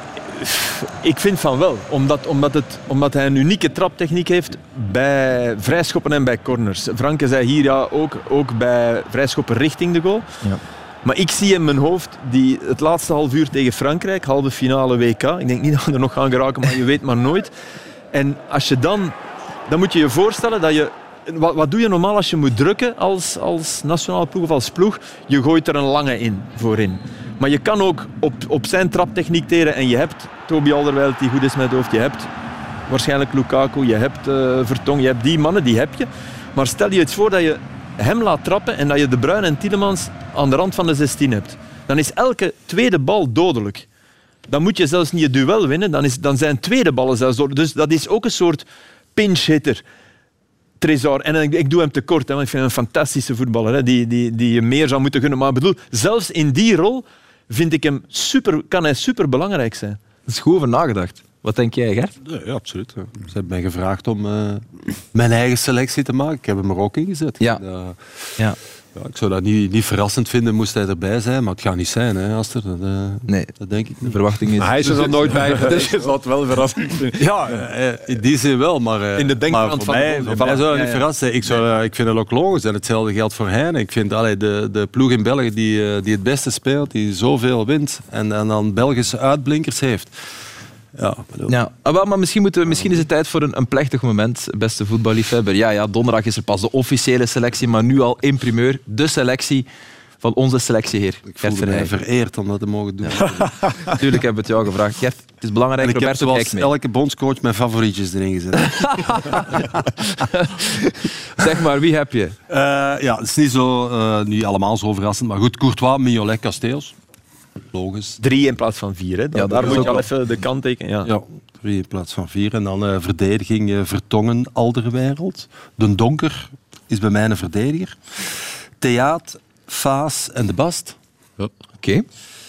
Speaker 6: Ik vind van wel. Omdat, omdat, het, omdat hij een unieke traptechniek heeft bij vrijschoppen en bij corners. Franke zei hier ja, ook, ook bij vrijschoppen richting de goal. Ja. Maar ik zie in mijn hoofd die, het laatste half uur tegen Frankrijk, halve finale W K. Ik denk niet dat we er nog gaan geraken, maar je weet maar nooit. En als je dan... Dan moet je je voorstellen dat je... Wat, wat doe je normaal als je moet drukken als, als nationale ploeg of als ploeg? Je gooit er een lange in, voorin. Maar je kan ook op, op zijn traptechniek teren en je hebt Toby Alderweireld die goed is met het hoofd. Je hebt waarschijnlijk Lukaku, je hebt uh, Vertong, je hebt die mannen, die heb je. Maar stel je het voor dat je hem laat trappen en dat je De Bruyne en Tielemans aan de rand van de zestien hebt. Dan is elke tweede bal dodelijk. Dan moet je zelfs niet het duel winnen, dan, is, dan zijn tweede ballen zelfs dodelijk. Dus dat is ook een soort pinch-hitter. Trésor. En ik, ik doe hem tekort, hè, want ik vind hem een fantastische voetballer, hè, die, die, die je meer zou moeten gunnen. Maar ik bedoel, zelfs in die rol vind ik hem super, kan hij super belangrijk zijn.
Speaker 2: Dat is goed over nagedacht.
Speaker 6: Wat denk jij, Gert?
Speaker 3: Ja, ja, absoluut. Ja. Ze hebben mij gevraagd om uh, mijn eigen selectie te maken. Ik heb hem er ook in gezet.
Speaker 6: Ja.
Speaker 3: Uh,
Speaker 6: ja.
Speaker 3: Ja, ik zou dat niet, niet verrassend vinden, moest hij erbij zijn. Maar het gaat niet zijn, hè, Aster. Dat, uh,
Speaker 6: nee.
Speaker 3: dat denk ik niet.
Speaker 6: De verwachting is...
Speaker 5: Maar hij is er nog nooit bij geweest.
Speaker 4: Je zal het wel verrassend vinden.
Speaker 3: Ja, in die zin wel, maar, uh,
Speaker 6: in de denktrand
Speaker 3: voor mij,
Speaker 6: van...
Speaker 3: voor mij zou dat
Speaker 6: ja,
Speaker 3: niet
Speaker 6: ja.
Speaker 3: verrast zijn. Ik, zou, uh, ik vind het ook logisch en hetzelfde geldt voor Heine. Ik vind allee, de, de ploeg in België die, uh, die het beste speelt, die zoveel wint en, en dan Belgische uitblinkers heeft. Ja,
Speaker 6: ja. Ah, wel, maar misschien, moeten, misschien is het tijd voor een, een plechtig moment, beste voetballiefhebber. Ja, ja, donderdag is er pas de officiële selectie, maar nu al in primeur de selectie van onze selectieheer.
Speaker 3: Ik voelde mij vereerd om dat te mogen doen.
Speaker 6: Ja. Natuurlijk hebben we het jou gevraagd. Gert, het is belangrijk,
Speaker 3: en ik
Speaker 6: Roberto,
Speaker 3: heb
Speaker 6: kijk
Speaker 3: zoals
Speaker 6: mee.
Speaker 3: elke bondscoach mijn favorietjes erin gezet.
Speaker 6: Zeg maar, wie heb je?
Speaker 3: Uh, ja, het is niet, zo, uh, niet allemaal zo verrassend, maar goed, Courtois, Mignolet, Casteels. Logisch.
Speaker 6: Drie in plaats van vier, hè? Dat,
Speaker 3: Ja,
Speaker 6: daar moet je al
Speaker 3: wel.
Speaker 6: even de kant tekenen. Ja.
Speaker 3: Ja, drie in plaats van vier. En dan uh, verdediging uh, Vertongen, Alderweireld. De Donker is bij mij een verdediger. Theaat, Faas en De Bast.
Speaker 6: Ja. Oké. Okay.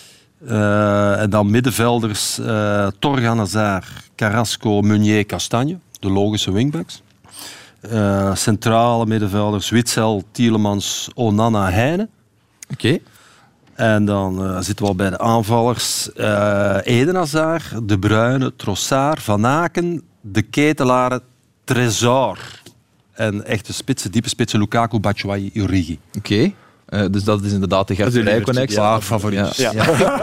Speaker 3: Uh, en dan middenvelders uh, Torgan Hazard, Carrasco, Meunier, Castagne. De logische wingbacks. Uh, centrale middenvelders Witsel, Tielemans, Onana, Heine.
Speaker 6: Oké. Okay.
Speaker 3: En dan uh, zitten we al bij de aanvallers. Uh, Eden Hazard, De Bruyne, Trossard, Van Aken, De Ketelaren, Trésor. En echte spitsen, diepe spitsen, Lukaku, Batshuayi, Origi.
Speaker 6: Oké. Okay. Uh, dus dat is inderdaad de Gert-Vrij-connectie.
Speaker 3: Ja, favoriet.
Speaker 6: Ja.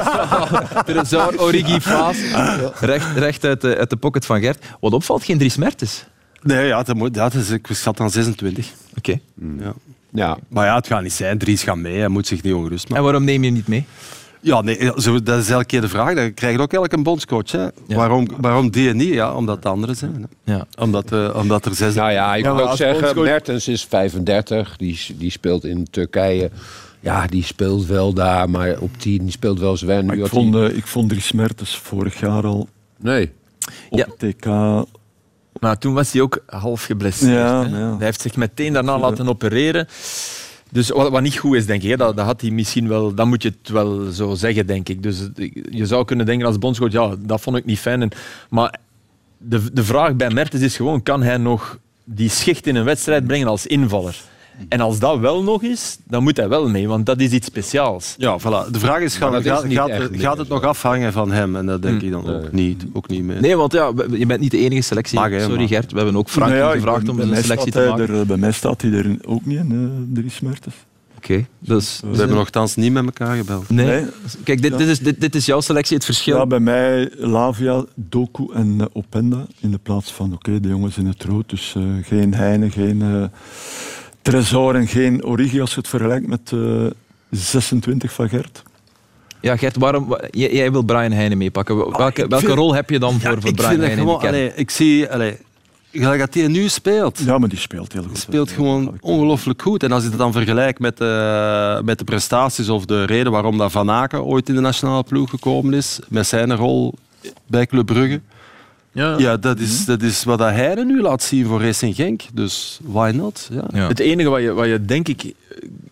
Speaker 6: Ja. Trésor, Origi, Faas. Recht, recht uit, de, uit de pocket van Gert. Wat opvalt, geen Dries Mertens.
Speaker 3: Nee, ja, dat moet, dat is, ik schat aan zesentwintig.
Speaker 6: Oké. Okay.
Speaker 3: Ja.
Speaker 5: Ja.
Speaker 3: Maar ja, het gaat niet zijn. Dries gaat mee, hij moet zich niet ongerust maken.
Speaker 6: En waarom neem je hem niet mee?
Speaker 3: Ja, nee, zo, dat is elke keer de vraag. Dat krijgt ook elke bondscoach. Hè. Ja. Waarom, waarom die en niet? Ja, omdat de anderen zijn. Hè. Ja. Omdat, uh, omdat er zes...
Speaker 5: Nou ja, ik
Speaker 4: ja,
Speaker 5: moet ook zeggen,
Speaker 4: bondscoach...
Speaker 5: Mertens is vijfendertig. Die, die speelt in Turkije. Ja, die speelt wel daar, maar op tien die speelt wel zwaar.
Speaker 4: Ik vond, uh, ik vond Dries Mertens vorig jaar al
Speaker 5: nee.
Speaker 4: op
Speaker 6: ja.
Speaker 4: het T K...
Speaker 6: Maar toen was hij ook half geblesseerd.
Speaker 4: Ja,
Speaker 6: hè?
Speaker 4: ja.
Speaker 6: Hij heeft zich meteen daarna laten opereren. Dus wat, wat niet goed is, denk ik. Hè? Dat, dat had hij misschien wel... Dan moet je het wel zo zeggen, denk ik. Dus je zou kunnen denken als bondscoach, ja, dat vond ik niet fijn. En, maar de, de vraag bij Mertens is gewoon, kan hij nog die schicht in een wedstrijd brengen als invaller? En als dat wel nog is, dan moet hij wel mee, want dat is iets speciaals.
Speaker 3: Ja, voilà. De vraag is, gaat,
Speaker 5: is
Speaker 3: gaat,
Speaker 5: niet
Speaker 3: gaat,
Speaker 5: echt
Speaker 3: gaat
Speaker 5: meer
Speaker 3: het
Speaker 5: zo.
Speaker 3: nog afhangen van hem? En dat denk
Speaker 6: Hm.
Speaker 3: ik dan
Speaker 5: Nee.
Speaker 3: ook niet. Ook niet mee.
Speaker 6: Nee, want ja, je bent niet de enige selectie.
Speaker 3: Mag, hè,
Speaker 6: Sorry
Speaker 3: maar-
Speaker 6: Gert, we hebben ook Frank
Speaker 4: Nou ja,
Speaker 6: gevraagd
Speaker 4: ik-
Speaker 6: om
Speaker 4: bij
Speaker 6: een
Speaker 4: mij
Speaker 6: selectie
Speaker 4: staat
Speaker 6: te
Speaker 4: hij
Speaker 6: maken.
Speaker 4: Er, bij mij staat hij er ook niet in, uh, Dries Mertens.
Speaker 6: Oké, okay, dus...
Speaker 3: We hebben nogthans niet met elkaar gebeld.
Speaker 6: Nee.
Speaker 4: Nee.
Speaker 6: Kijk, dit,
Speaker 4: Ja.
Speaker 6: dit, is, dit, dit is jouw selectie, het verschil.
Speaker 4: Ja, bij mij Lavia, Doku en uh, Openda in de plaats van oké, okay, de jongens in het rood. Dus uh, geen Heine, geen uh, Trésor en geen Origi als je het vergelijkt met uh, zesentwintig van Gert.
Speaker 6: Ja, Gert, waarom, wa- jij, jij wil Brian Heine meepakken. Welke, welke
Speaker 3: vind-
Speaker 6: rol heb je dan voor,
Speaker 3: Ja,
Speaker 6: voor
Speaker 3: ik
Speaker 6: Brian
Speaker 3: vind het
Speaker 6: Heine in die
Speaker 3: gewoon...
Speaker 6: kern?
Speaker 3: Allee, ik zie... Allee, gelijk dat hij nu speelt.
Speaker 4: Ja, maar die speelt heel goed.
Speaker 3: Hij speelt
Speaker 4: hè.
Speaker 3: gewoon
Speaker 4: Ja,
Speaker 3: ongelooflijk goed. En als je het dan vergelijkt met de, met de prestaties of de reden waarom dat Van Aken ooit in de nationale ploeg gekomen is, met zijn rol bij Club Brugge,
Speaker 6: Ja.
Speaker 3: ja, dat is, dat is wat hij er nu laat zien voor Racing Genk. Dus why not? Ja.
Speaker 6: Ja. Het enige wat je, wat je denk ik eh,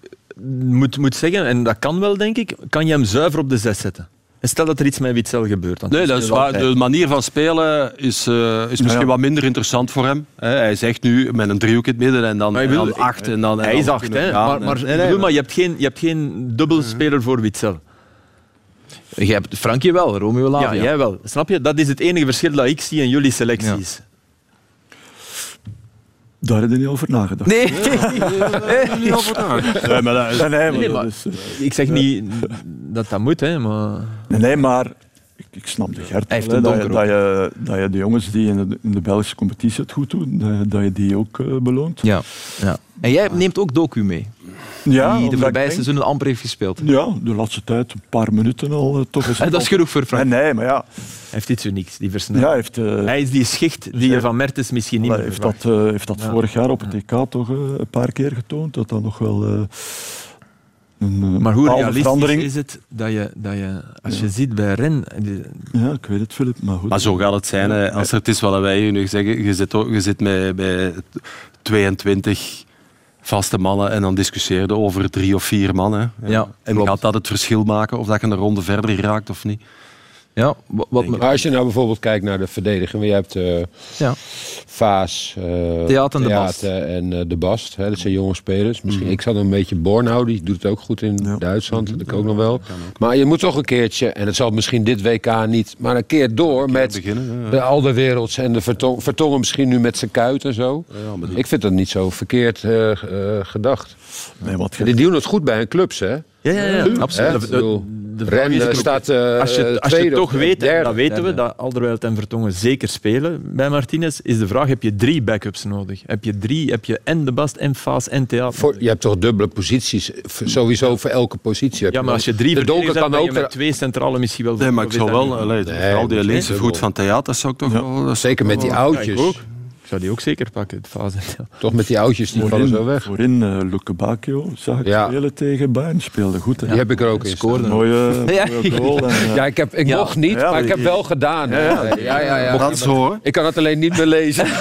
Speaker 6: moet, moet zeggen, en dat kan wel denk ik, kan je hem zuiver op de zes zetten. En stel dat er iets met Witsel gebeurt. Dan
Speaker 3: Nee, dat is waar. De manier van spelen is, uh, is misschien
Speaker 4: Ja.
Speaker 3: wat minder interessant voor hem. Hè. Hij zegt nu met een driehoek in het midden en dan,
Speaker 6: Maar je
Speaker 3: en
Speaker 6: wil-
Speaker 3: dan acht. En dan, en
Speaker 6: Hij
Speaker 3: dan
Speaker 6: is acht,
Speaker 3: kunnen
Speaker 6: hè?
Speaker 3: we gaan.
Speaker 6: maar, maar,
Speaker 3: Nee,
Speaker 6: ik
Speaker 3: nee,
Speaker 6: bedoel,
Speaker 3: maar-
Speaker 6: maar je hebt geen, je hebt geen dubbelspeler voor Witsel. Je hebt Frankie wel, Romeo Lavia. Ja, jij wel. Snap je? Dat is het enige verschil dat ik zie in jullie selecties.
Speaker 4: Daar heb je niet over nagedacht.
Speaker 6: Nee,
Speaker 3: Nee, maar dat-
Speaker 4: Nee, nee, maar
Speaker 6: Nee,
Speaker 4: dat
Speaker 6: maar-
Speaker 4: is, uh,
Speaker 6: ik zeg niet dat dat moet, hè, maar...
Speaker 4: nee, nee, maar ik, ik snap de Gert
Speaker 6: Hij heeft
Speaker 4: wel,
Speaker 6: een
Speaker 4: hè, dat, je,
Speaker 6: donker
Speaker 4: dat, je, dat je de jongens die in de, in de Belgische competitie het goed doen, dat, dat je die ook uh, beloont.
Speaker 6: Ja. ja. En jij neemt ook Doku mee,
Speaker 4: Ja,
Speaker 6: die de
Speaker 4: omdat
Speaker 6: voorbije
Speaker 4: ik denk-
Speaker 6: seizoenen amper heeft gespeeld.
Speaker 4: Ja, de laatste tijd, een paar minuten al uh, toch eens.
Speaker 6: En dat is genoeg voor Frank.
Speaker 4: Nee, nee, maar ja,
Speaker 6: Hij heeft iets unieks, die versnelling.
Speaker 4: ja hij heeft, uh,
Speaker 6: Hij is die schicht die je van Mertens misschien niet
Speaker 4: hij
Speaker 6: meer
Speaker 4: heeft
Speaker 6: verwacht.
Speaker 4: dat, uh, heeft dat
Speaker 6: Ja.
Speaker 4: vorig jaar op het E K toch uh, een paar keer getoond, dat dat nog wel uh, een uh,
Speaker 6: Maar hoe
Speaker 4: bepaalde
Speaker 6: realistisch
Speaker 4: verandering...
Speaker 6: is het dat je, dat je als je ziet bij Ren... die-
Speaker 4: Ja, ik weet het, Filip, maar goed.
Speaker 3: Maar zo gaat het zijn. Hè. Als er, het is wat wij hier nu zeggen. Je zit, ook, je zit met, met tweeëntwintig vaste mannen en dan discussieer je over drie of vier mannen. Hè.
Speaker 6: Ja,
Speaker 3: en
Speaker 6: klopt.
Speaker 3: gaat dat het verschil maken of dat je een ronde verder raakt of niet?
Speaker 2: Ja, wat me...
Speaker 5: Maar als je nou bijvoorbeeld kijkt naar de verdediging. Je hebt uh,
Speaker 2: ja.
Speaker 5: Vaas, uh,
Speaker 2: Theater en de Bast.
Speaker 5: en uh, de Bast. Hè, dat zijn jonge spelers. Misschien, mm. Ik zat een beetje Bornau, die doet het ook goed in ja. Duitsland. Dat ik ook nog wel. Ook. Maar je moet toch een keertje, en het zal misschien dit W K niet, maar een keer door een met beginnen, ja. de Alderwerelds en de Vertongen, Vertongen misschien nu met zijn kuit en zo. Ja, ik vind dat niet zo verkeerd uh, uh, gedacht. Nee, wat die doen het goed bij hun clubs, hè?
Speaker 6: Ja, ja, ja, absoluut.
Speaker 5: De, de, de Ren staat uh,
Speaker 6: als je, als je toch weet,
Speaker 5: derde,
Speaker 6: dat weten
Speaker 5: derde.
Speaker 6: we, dat Alderweireld en Vertongen zeker spelen bij Martinez, is de vraag, heb je drie backups nodig? Heb je drie, heb je en de Bast, en Vaas, en Theater?
Speaker 5: Voor, je hebt toch dubbele posities, sowieso voor elke positie. Heb
Speaker 6: ja, maar als je drie
Speaker 5: de
Speaker 6: verdedigers hebt,
Speaker 5: kan ook
Speaker 6: met twee centrale misschien wel...
Speaker 3: Nee, maar ik zou wel... Allee,
Speaker 5: nee,
Speaker 3: vooral die linkse voet van Theater zou ik toch ja. wel...
Speaker 5: Zeker met die oudjes.
Speaker 6: Ja, ik zou die ook zeker pakken, het Vaas. Ja.
Speaker 5: Toch met die oudjes, die
Speaker 4: voorin,
Speaker 5: vallen zo weg.
Speaker 4: Voorin, uh, Luke Bacchio zag ik ja. spelen tegen Bayern, speelde goed. Hè?
Speaker 5: Die heb ik er ook in.
Speaker 4: Scoorde een mooie,
Speaker 2: ja.
Speaker 4: mooie goal. En, uh,
Speaker 5: ja, ik, heb, ik
Speaker 2: ja.
Speaker 5: mocht niet,
Speaker 4: ja,
Speaker 5: maar ik heb wel gedaan. Ja, ja, ja, ja, ja.
Speaker 3: Dat is zo,
Speaker 5: ik kan het alleen niet meer lezen. uh,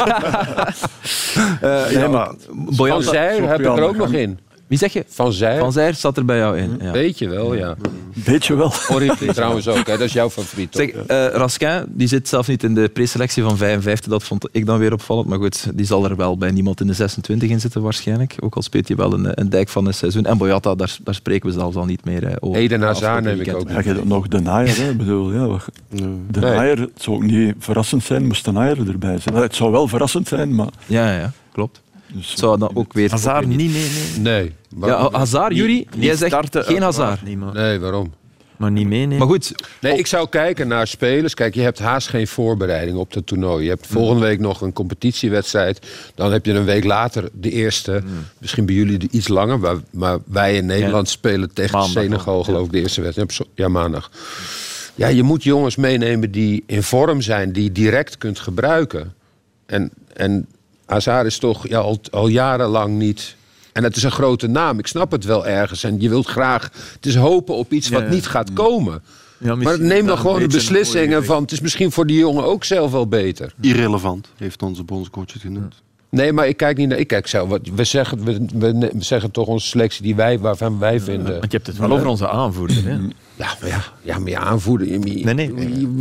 Speaker 4: nee,
Speaker 5: ja,
Speaker 4: maar
Speaker 5: Van Zijr heb ik er ook nog in.
Speaker 2: Wie zeg je?
Speaker 5: Van Zijr.
Speaker 2: Van Zijr zat er bij jou in. Ja.
Speaker 5: Weet je wel, ja.
Speaker 4: Weet je wel.
Speaker 5: Origi trouwens ook, hè. Dat is jouw favoriet.
Speaker 2: Zeg, uh, Raskin die zit zelf niet in de preselectie van vijfenvijftig. Dat vond ik dan weer opvallend. Maar goed, die zal er wel bij niemand in de zesentwintig in zitten waarschijnlijk. Ook al speelt hij wel een, een dijk van een seizoen. En Boyata, daar, daar spreken we zelfs al niet meer uh, over.
Speaker 5: Eden Hazard neem ik ook.
Speaker 4: Ja, je hebt nog De Naaier. Hè. Ik bedoel, ja, De Naaier, nee. Het zou ook niet verrassend zijn moest De Naaier erbij zijn. Het zou wel verrassend zijn, maar...
Speaker 2: Ja, ja, klopt. Dus zou dan ook weer...
Speaker 6: Hazard niet, nee, nee.
Speaker 5: Nee.
Speaker 2: Ja, Hazard, Juri, jij zegt
Speaker 6: starten,
Speaker 2: geen Hazard.
Speaker 6: Niet, maar...
Speaker 5: Nee, waarom?
Speaker 6: Maar niet meenemen.
Speaker 2: Maar goed.
Speaker 5: Nee, ik zou kijken naar spelers. Kijk, je hebt haast geen voorbereiding op het toernooi. Je hebt volgende week nog een competitiewedstrijd. Dan heb je een week later de eerste. Mm. Misschien bij jullie iets langer. Maar, maar wij in Nederland ja. spelen tegen maandag, Senegal, geloof ik, de eerste wedstrijd. Ja, maandag. Ja, je moet jongens meenemen die in vorm zijn. Die je direct kunt gebruiken. En... en Hazard is toch ja, al, al jarenlang niet... En het is een grote naam, ik snap het wel ergens. En je wilt graag... Het is hopen op iets wat ja, ja. niet gaat komen. Ja, maar neem dan gewoon de beslissingen van... Het is misschien voor die jongen ook zelf wel beter.
Speaker 3: Irrelevant, heeft onze bondscoach het genoemd.
Speaker 5: Nee, maar ik kijk niet naar... Ik kijk zelf. We zeggen, we, we zeggen toch onze selectie die wij, waarvan wij vinden...
Speaker 6: Ja, want je hebt het wel over onze aanvoerder, hè?
Speaker 5: Ja, maar ja, ja, maar je aanvoerder... Je,
Speaker 6: nee, nee. Je,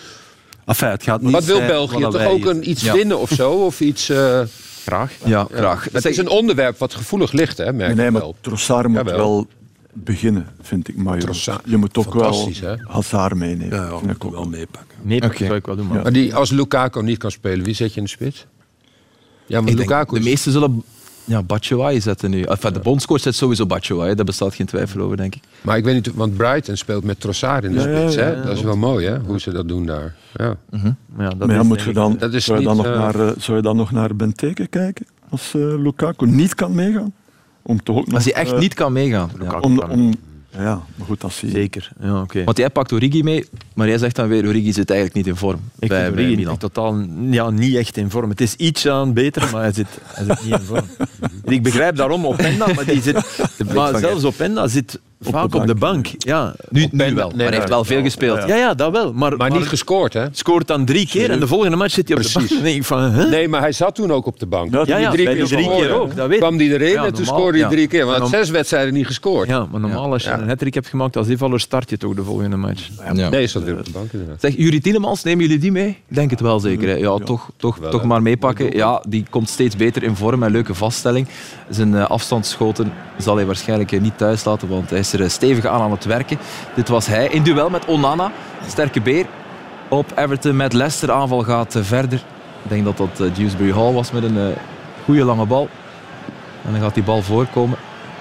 Speaker 3: enfin, het gaat niet
Speaker 5: wat wil België? Toch ook een, iets ja. winnen of zo? Of iets... Uh,
Speaker 6: Graag.
Speaker 2: Ja, ja. graag.
Speaker 5: Het is een onderwerp wat gevoelig ligt, hè, merk
Speaker 4: nee,
Speaker 5: ik
Speaker 4: maar
Speaker 5: wel.
Speaker 4: Trossard moet ja, wel. wel beginnen, vind ik. Maar je, je moet ook wel hè? Hazard meenemen.
Speaker 3: Ja, ja, ik ook wel meepakken.
Speaker 6: Meepakken okay. zou ik wel doen. Maar,
Speaker 5: ja. maar die, als Lukaku niet kan spelen, wie zet je in de spits? Ja, maar
Speaker 2: ik
Speaker 5: Lukaku
Speaker 2: denk, de meesten zullen... Ja, Batshuayi zetten nu. Enfin, de bondscoach zet sowieso Batshuayi, daar bestaat geen twijfel over, denk ik.
Speaker 5: Maar ik weet niet, want Brighton speelt met Trossard in de ja, spits. Ja, ja, ja, hè? Dat is wel mooi, hè? Hoe ze dat doen daar. Ja.
Speaker 4: Mm-hmm. Maar ja, dat maar ja, moet je dan, dat is zou, je dan niet, nog uh... naar, uh, zou je dan nog naar Benteke kijken? Als uh, Lukaku niet kan meegaan? Om toch ook nog,
Speaker 2: als hij echt uh, niet kan meegaan.
Speaker 4: Ja. Om, om, ja, maar goed, als hij...
Speaker 6: Zeker, ja, okay.
Speaker 2: Want jij pakt Origi mee, maar jij zegt dan weer, Origi zit eigenlijk niet in vorm.
Speaker 6: Ik bij, vind Origi bij totaal ja, niet echt in vorm. Het is iets aan beter, maar hij zit, hij zit niet in vorm. Ik begrijp daarom Openda, maar, die zit, maar zelfs Openda zit op vaak de op de bank. Ja,
Speaker 2: nu, nu wel, nee, maar hij heeft wel veel gespeeld.
Speaker 6: Ja, ja, ja dat wel. Maar,
Speaker 5: maar, maar niet gescoord, hè?
Speaker 6: Scoort dan drie keer en de volgende match zit hij op Precies. de bank. Denk ik van, huh?
Speaker 5: Nee, maar hij zat toen ook op de bank.
Speaker 6: Ja, ja,
Speaker 5: drie,
Speaker 6: keer,
Speaker 5: keer,
Speaker 6: drie keer ook. Dat weet
Speaker 5: kwam hij erin ja, en toen scoorde hij ja. drie keer. Want hij had zes wedstrijden niet gescoord.
Speaker 6: Ja, maar normaal als je ja. een hat-trick hebt gemaakt als invaller, start je toch de volgende match.
Speaker 5: Ja. Nee, is dat weer op de bank inderdaad.
Speaker 2: Zeg, Juri Tielemans, nemen jullie die mee? Ik denk het wel zeker. Hè? Ja, ja, toch, toch, wel, toch maar meepakken. Ja, die komt steeds beter in vorm en leuke vaststelling. Zijn uh, afstandsschoten zal hij waarschijnlijk uh, niet thuis laten, want hij is er uh, stevig aan aan het werken. Dit was hij in duel met Onana. Sterke beer op Everton met Leicester. Aanval gaat uh, verder. Ik denk dat dat uh, Dewsbury Hall was met een uh, goede lange bal. En dan gaat die bal voorkomen.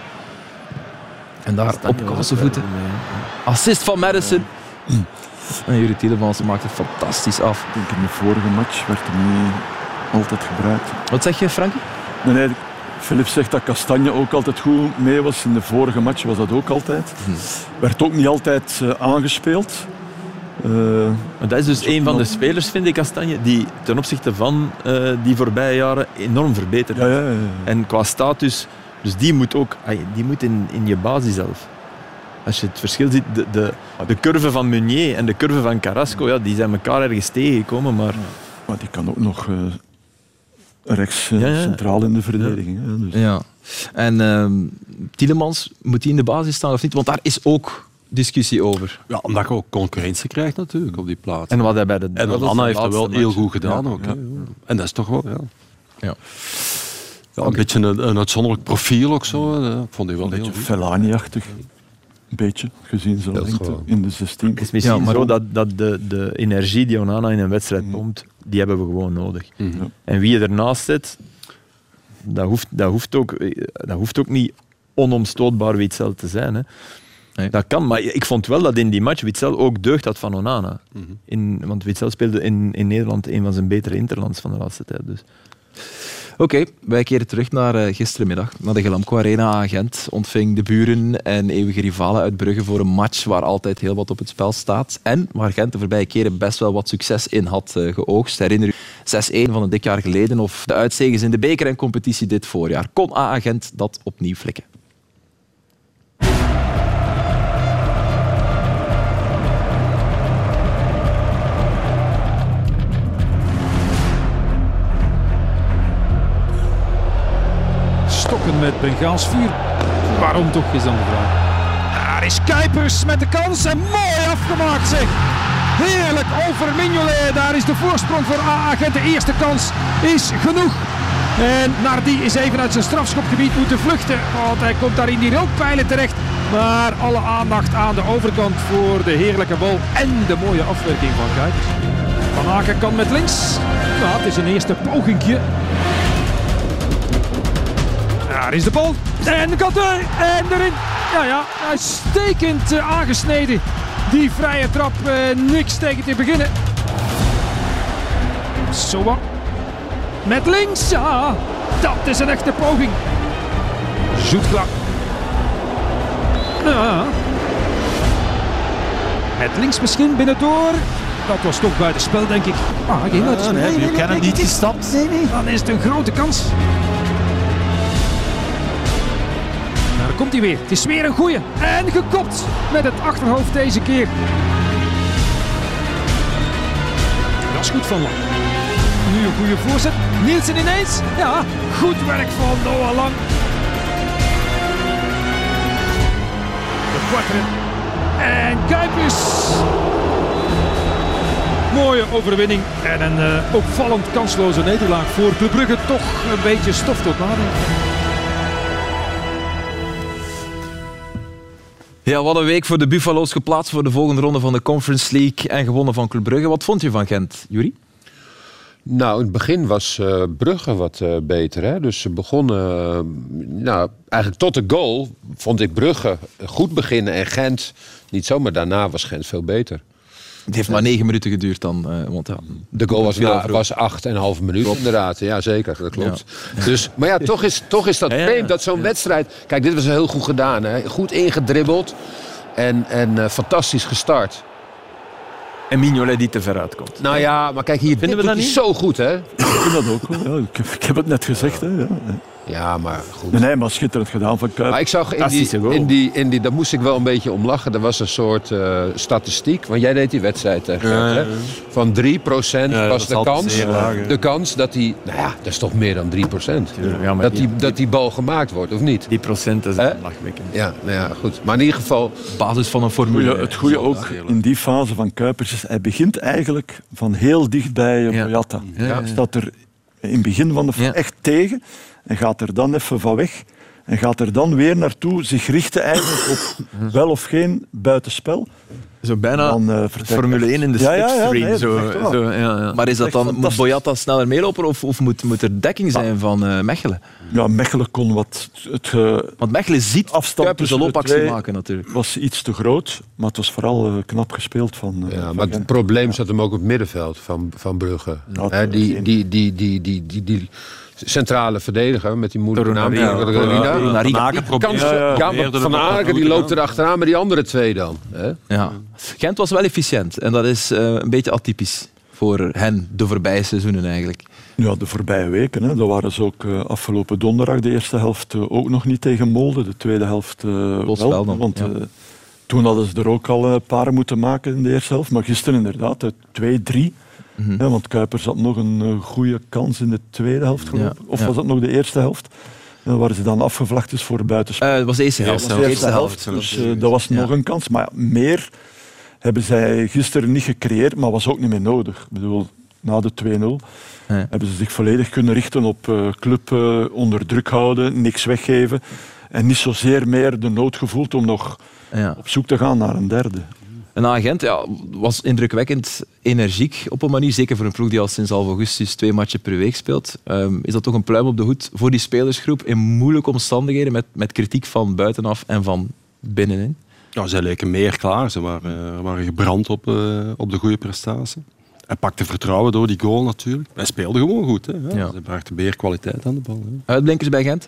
Speaker 2: En daar op kansenvoeten. Assist van Madison. En Juri Tielemans maakt het fantastisch af.
Speaker 4: Ik denk in de vorige match werd hem niet altijd gebruikt.
Speaker 2: Wat zeg je, Frankie?
Speaker 4: Nee, nee. Philip zegt dat Kastanje ook altijd goed mee was. In de vorige match was dat ook altijd. Hmm. Werd ook niet altijd uh, aangespeeld.
Speaker 6: Uh, maar dat is dus een van de spelers, vind ik, Kastanje, die ten opzichte van uh, die voorbije jaren enorm verbeterd is.
Speaker 4: Ja, ja, ja, ja.
Speaker 6: En qua status, dus die moet ook die moet in, in je basis zelf. Als je het verschil ziet, de, de, de curve van Meunier en de curve van Carrasco, ja, die zijn elkaar ergens tegengekomen, maar...
Speaker 4: Maar die kan ook nog... Uh, rechts uh, ja, ja. centraal in de verdediging. Ja. Ja, dus.
Speaker 2: ja. En uh, Tielemans, moet hij in de basis staan of niet? Want daar is ook discussie over.
Speaker 3: Ja, omdat je ook concurrentie krijgt natuurlijk op die plaats.
Speaker 2: En wat hij bij de
Speaker 3: En
Speaker 2: dat is
Speaker 3: Anna
Speaker 2: de
Speaker 3: heeft dat wel
Speaker 2: laatste
Speaker 3: heel
Speaker 2: match.
Speaker 3: goed gedaan
Speaker 2: Ja.
Speaker 3: ook. hè. En dat is toch wel, ja.
Speaker 2: Ja.
Speaker 3: Ja, een beetje een, een uitzonderlijk profiel ook zo. hè. Dat vond ik wel
Speaker 4: Een
Speaker 3: heel
Speaker 4: beetje
Speaker 3: goed.
Speaker 4: Fellaini-achtig. Een beetje, gezien zijn
Speaker 5: Dat is
Speaker 4: lengte
Speaker 5: gewoon-
Speaker 4: in de zestien.
Speaker 6: Het is misschien
Speaker 2: Ja, maar
Speaker 6: zo
Speaker 2: ook-
Speaker 6: dat, dat de, de energie die Onana in een wedstrijd pompt, die hebben we gewoon nodig.
Speaker 3: Mhm.
Speaker 6: En wie je ernaast zit, dat hoeft, dat hoeft, ook, dat hoeft ook niet onomstootbaar Witsel te zijn. Hè.
Speaker 2: Nee.
Speaker 6: Dat kan, maar ik vond wel dat in die match Witsel ook deugd had van Onana. In, want Witsel speelde in, in Nederland een van zijn betere interlands van de laatste tijd. Dus.
Speaker 2: Oké, okay, wij keren terug naar uh, gisterenmiddag. Naar de Glamco Arena. Gent ontving de buren en eeuwige rivalen uit Brugge voor een match waar altijd heel wat op het spel staat. En waar Gent de voorbije keren best wel wat succes in had uh, geoogst. Herinner u zes-een van een dik jaar geleden of de uitzegens in de beker en competitie dit voorjaar. Kon A A Gent dat opnieuw flikken?
Speaker 7: Stokken met Bengaals vuur. Waarom toch, is dan de vraag. Daar is Kuipers met de kans en mooi afgemaakt zeg. Heerlijk over Mignolet. Daar is de voorsprong voor A A Gent. De eerste kans is genoeg. En Nardi is even uit zijn strafschopgebied moeten vluchten. Want hij komt daar in die rookpijlen terecht. Maar alle aandacht aan de overkant voor de heerlijke bal. En de mooie afwerking van Kuipers. Van Aken kan met links. Nou, het is een eerste pogingje. Daar is de bal. En de kant en erin. Ja, ja, uitstekend uh, aangesneden. Die vrije trap, uh, niks tegen te beginnen. Soa. Met links, ja. Dat is een echte poging. Zoetgla. Ja. Met links misschien binnendoor. Dat was toch buitenspel, denk ik. Ah, geen buitenspel. Nee, nee, nee, nee,
Speaker 2: niet gestapt.
Speaker 7: nee, nee. Dan is het een grote kans. Daar komt hij weer. Het is weer een goeie. En gekopt met het achterhoofd deze keer. Dat is goed van Lang. Nu een goede voorzet. Nielsen ineens. Ja, goed werk van Noah Lang. De Quattro. En Kuipers. Mooie overwinning. En een uh, opvallend kansloze nederlaag voor Club Brugge. Toch een beetje stof tot nadenken.
Speaker 2: Ja, wat een week voor de Buffalo's, geplaatst voor de volgende ronde van de Conference League en gewonnen van Club Brugge. Wat vond je van Gent, Yuri?
Speaker 5: Nou, in het begin was uh, Brugge wat uh, beter. Hè? Dus ze begonnen... Uh, nou, eigenlijk tot de goal vond ik Brugge goed beginnen en Gent niet zo. Maar daarna was Gent veel beter.
Speaker 2: Het heeft maar negen minuten geduurd dan. Uh, want ja,
Speaker 5: de goal was,
Speaker 2: veel
Speaker 5: na,
Speaker 2: vroeg.
Speaker 5: was acht en een half minuut inderdaad. Ja, zeker. Dat klopt. Ja. Dus, maar ja, toch is, toch is dat
Speaker 2: ja, ja,
Speaker 5: vreemd dat zo'n ja. wedstrijd... Kijk, dit was heel goed gedaan. Hè? Goed ingedribbeld en, en uh, fantastisch gestart.
Speaker 6: En Mignolet die te ver uitkomt.
Speaker 5: Nou ja, maar kijk, hier
Speaker 6: vinden we dat niet
Speaker 5: zo goed, hè?
Speaker 4: Ik vind dat ook wel. Ja, ik, heb, ik heb het net gezegd. Hè, ja.
Speaker 5: Ja, maar goed.
Speaker 4: Nee, nee, maar schitterend gedaan van Kuipers.
Speaker 5: Maar ik zag in die, in die, in die, daar moest ik wel een beetje om lachen. Er was een soort uh, statistiek, want jij deed die wedstrijd tegen ja, Gent, hè? Van drie procent ja, was de kans, laag, de kans dat die, nou ja, dat is toch meer dan drie procent. Ja, dat, die, die, dat die bal gemaakt wordt, of niet?
Speaker 6: Die procenten zijn eh? lachwekkend.
Speaker 5: Ja, nou ja, goed. Maar in ieder geval...
Speaker 2: Basis van een formule.
Speaker 4: Goeie, het goede ook in die fase van Kuipers is, hij begint eigenlijk van heel dichtbij uh, Boyata. Ja. Ja, ja. Staat er in het begin van de ja. echt tegen. En gaat er dan even van weg. En gaat er dan weer naartoe zich richten eigenlijk op wel of geen buitenspel.
Speaker 6: Zo bijna dan, uh, Formule één in de
Speaker 4: ja,
Speaker 6: slipstream.
Speaker 4: Ja, ja, nee,
Speaker 6: zo, zo, ja, ja.
Speaker 2: Maar is dat dan, moet Boyata sneller meelopen of, of moet, moet er dekking zijn van uh, Mechelen?
Speaker 4: Ja, Mechelen kon wat... Het, uh,
Speaker 2: Want Mechelen ziet Kuipers een loopactie maken natuurlijk.
Speaker 4: Het was iets te groot, maar het was vooral uh, knap gespeeld van... Uh,
Speaker 5: ja,
Speaker 4: van
Speaker 5: maar
Speaker 4: Gent.
Speaker 5: het probleem zat hem ook op het middenveld van, van Brugge. Ja, He, die, die, die, die, die, die, die centrale verdediger met die moeilijke naam. Van Aken die loopt er achteraan met die andere twee dan. He?
Speaker 2: Ja. Gent was wel efficiënt en dat is uh, een beetje atypisch voor hen de voorbije seizoenen eigenlijk.
Speaker 4: Ja, de voorbije weken. Hè. Dat waren ze ook uh, afgelopen donderdag de eerste helft uh, ook nog niet tegen Molde. De tweede helft uh, wel. wel dan, want ja. uh, toen hadden ze er ook al een paar moeten maken in de eerste helft. Maar gisteren inderdaad, twee drie. Mm-hmm. Ja, want Kuipers had nog een uh, goede kans in de tweede helft geloof ik. Ja, of ja. was dat nog de eerste helft? En waar ze dan afgevlacht is voor de buitenspel.
Speaker 2: Uh, het was de eerste helft.
Speaker 4: Ja, de eerste helft, dus uh, dat was ja. nog een kans. Maar ja, meer hebben zij gisteren niet gecreëerd, maar was ook niet meer nodig. Ik bedoel, na de twee nul ja. hebben ze zich volledig kunnen richten op uh, club uh, onder druk houden, niks weggeven. En niet zozeer meer de nood gevoeld om nog ja. op zoek te gaan naar een derde.
Speaker 2: Een agent ja, was indrukwekkend energiek op een manier, zeker voor een ploeg die al sinds half augustus twee matchen per week speelt. Um, is dat toch een pluim op de hoed voor die spelersgroep in moeilijke omstandigheden, met, met kritiek van buitenaf en van binnenin?
Speaker 3: Ja, zij leken meer klaar. Ze waren, uh, waren gebrand op, uh, op de goede prestatie. Hij pakte vertrouwen door die goal natuurlijk. Hij speelde gewoon goed. Hè? Ja, ja. Ze brachten meer kwaliteit aan de bal. Hè.
Speaker 2: Uitblinkers bij Gent?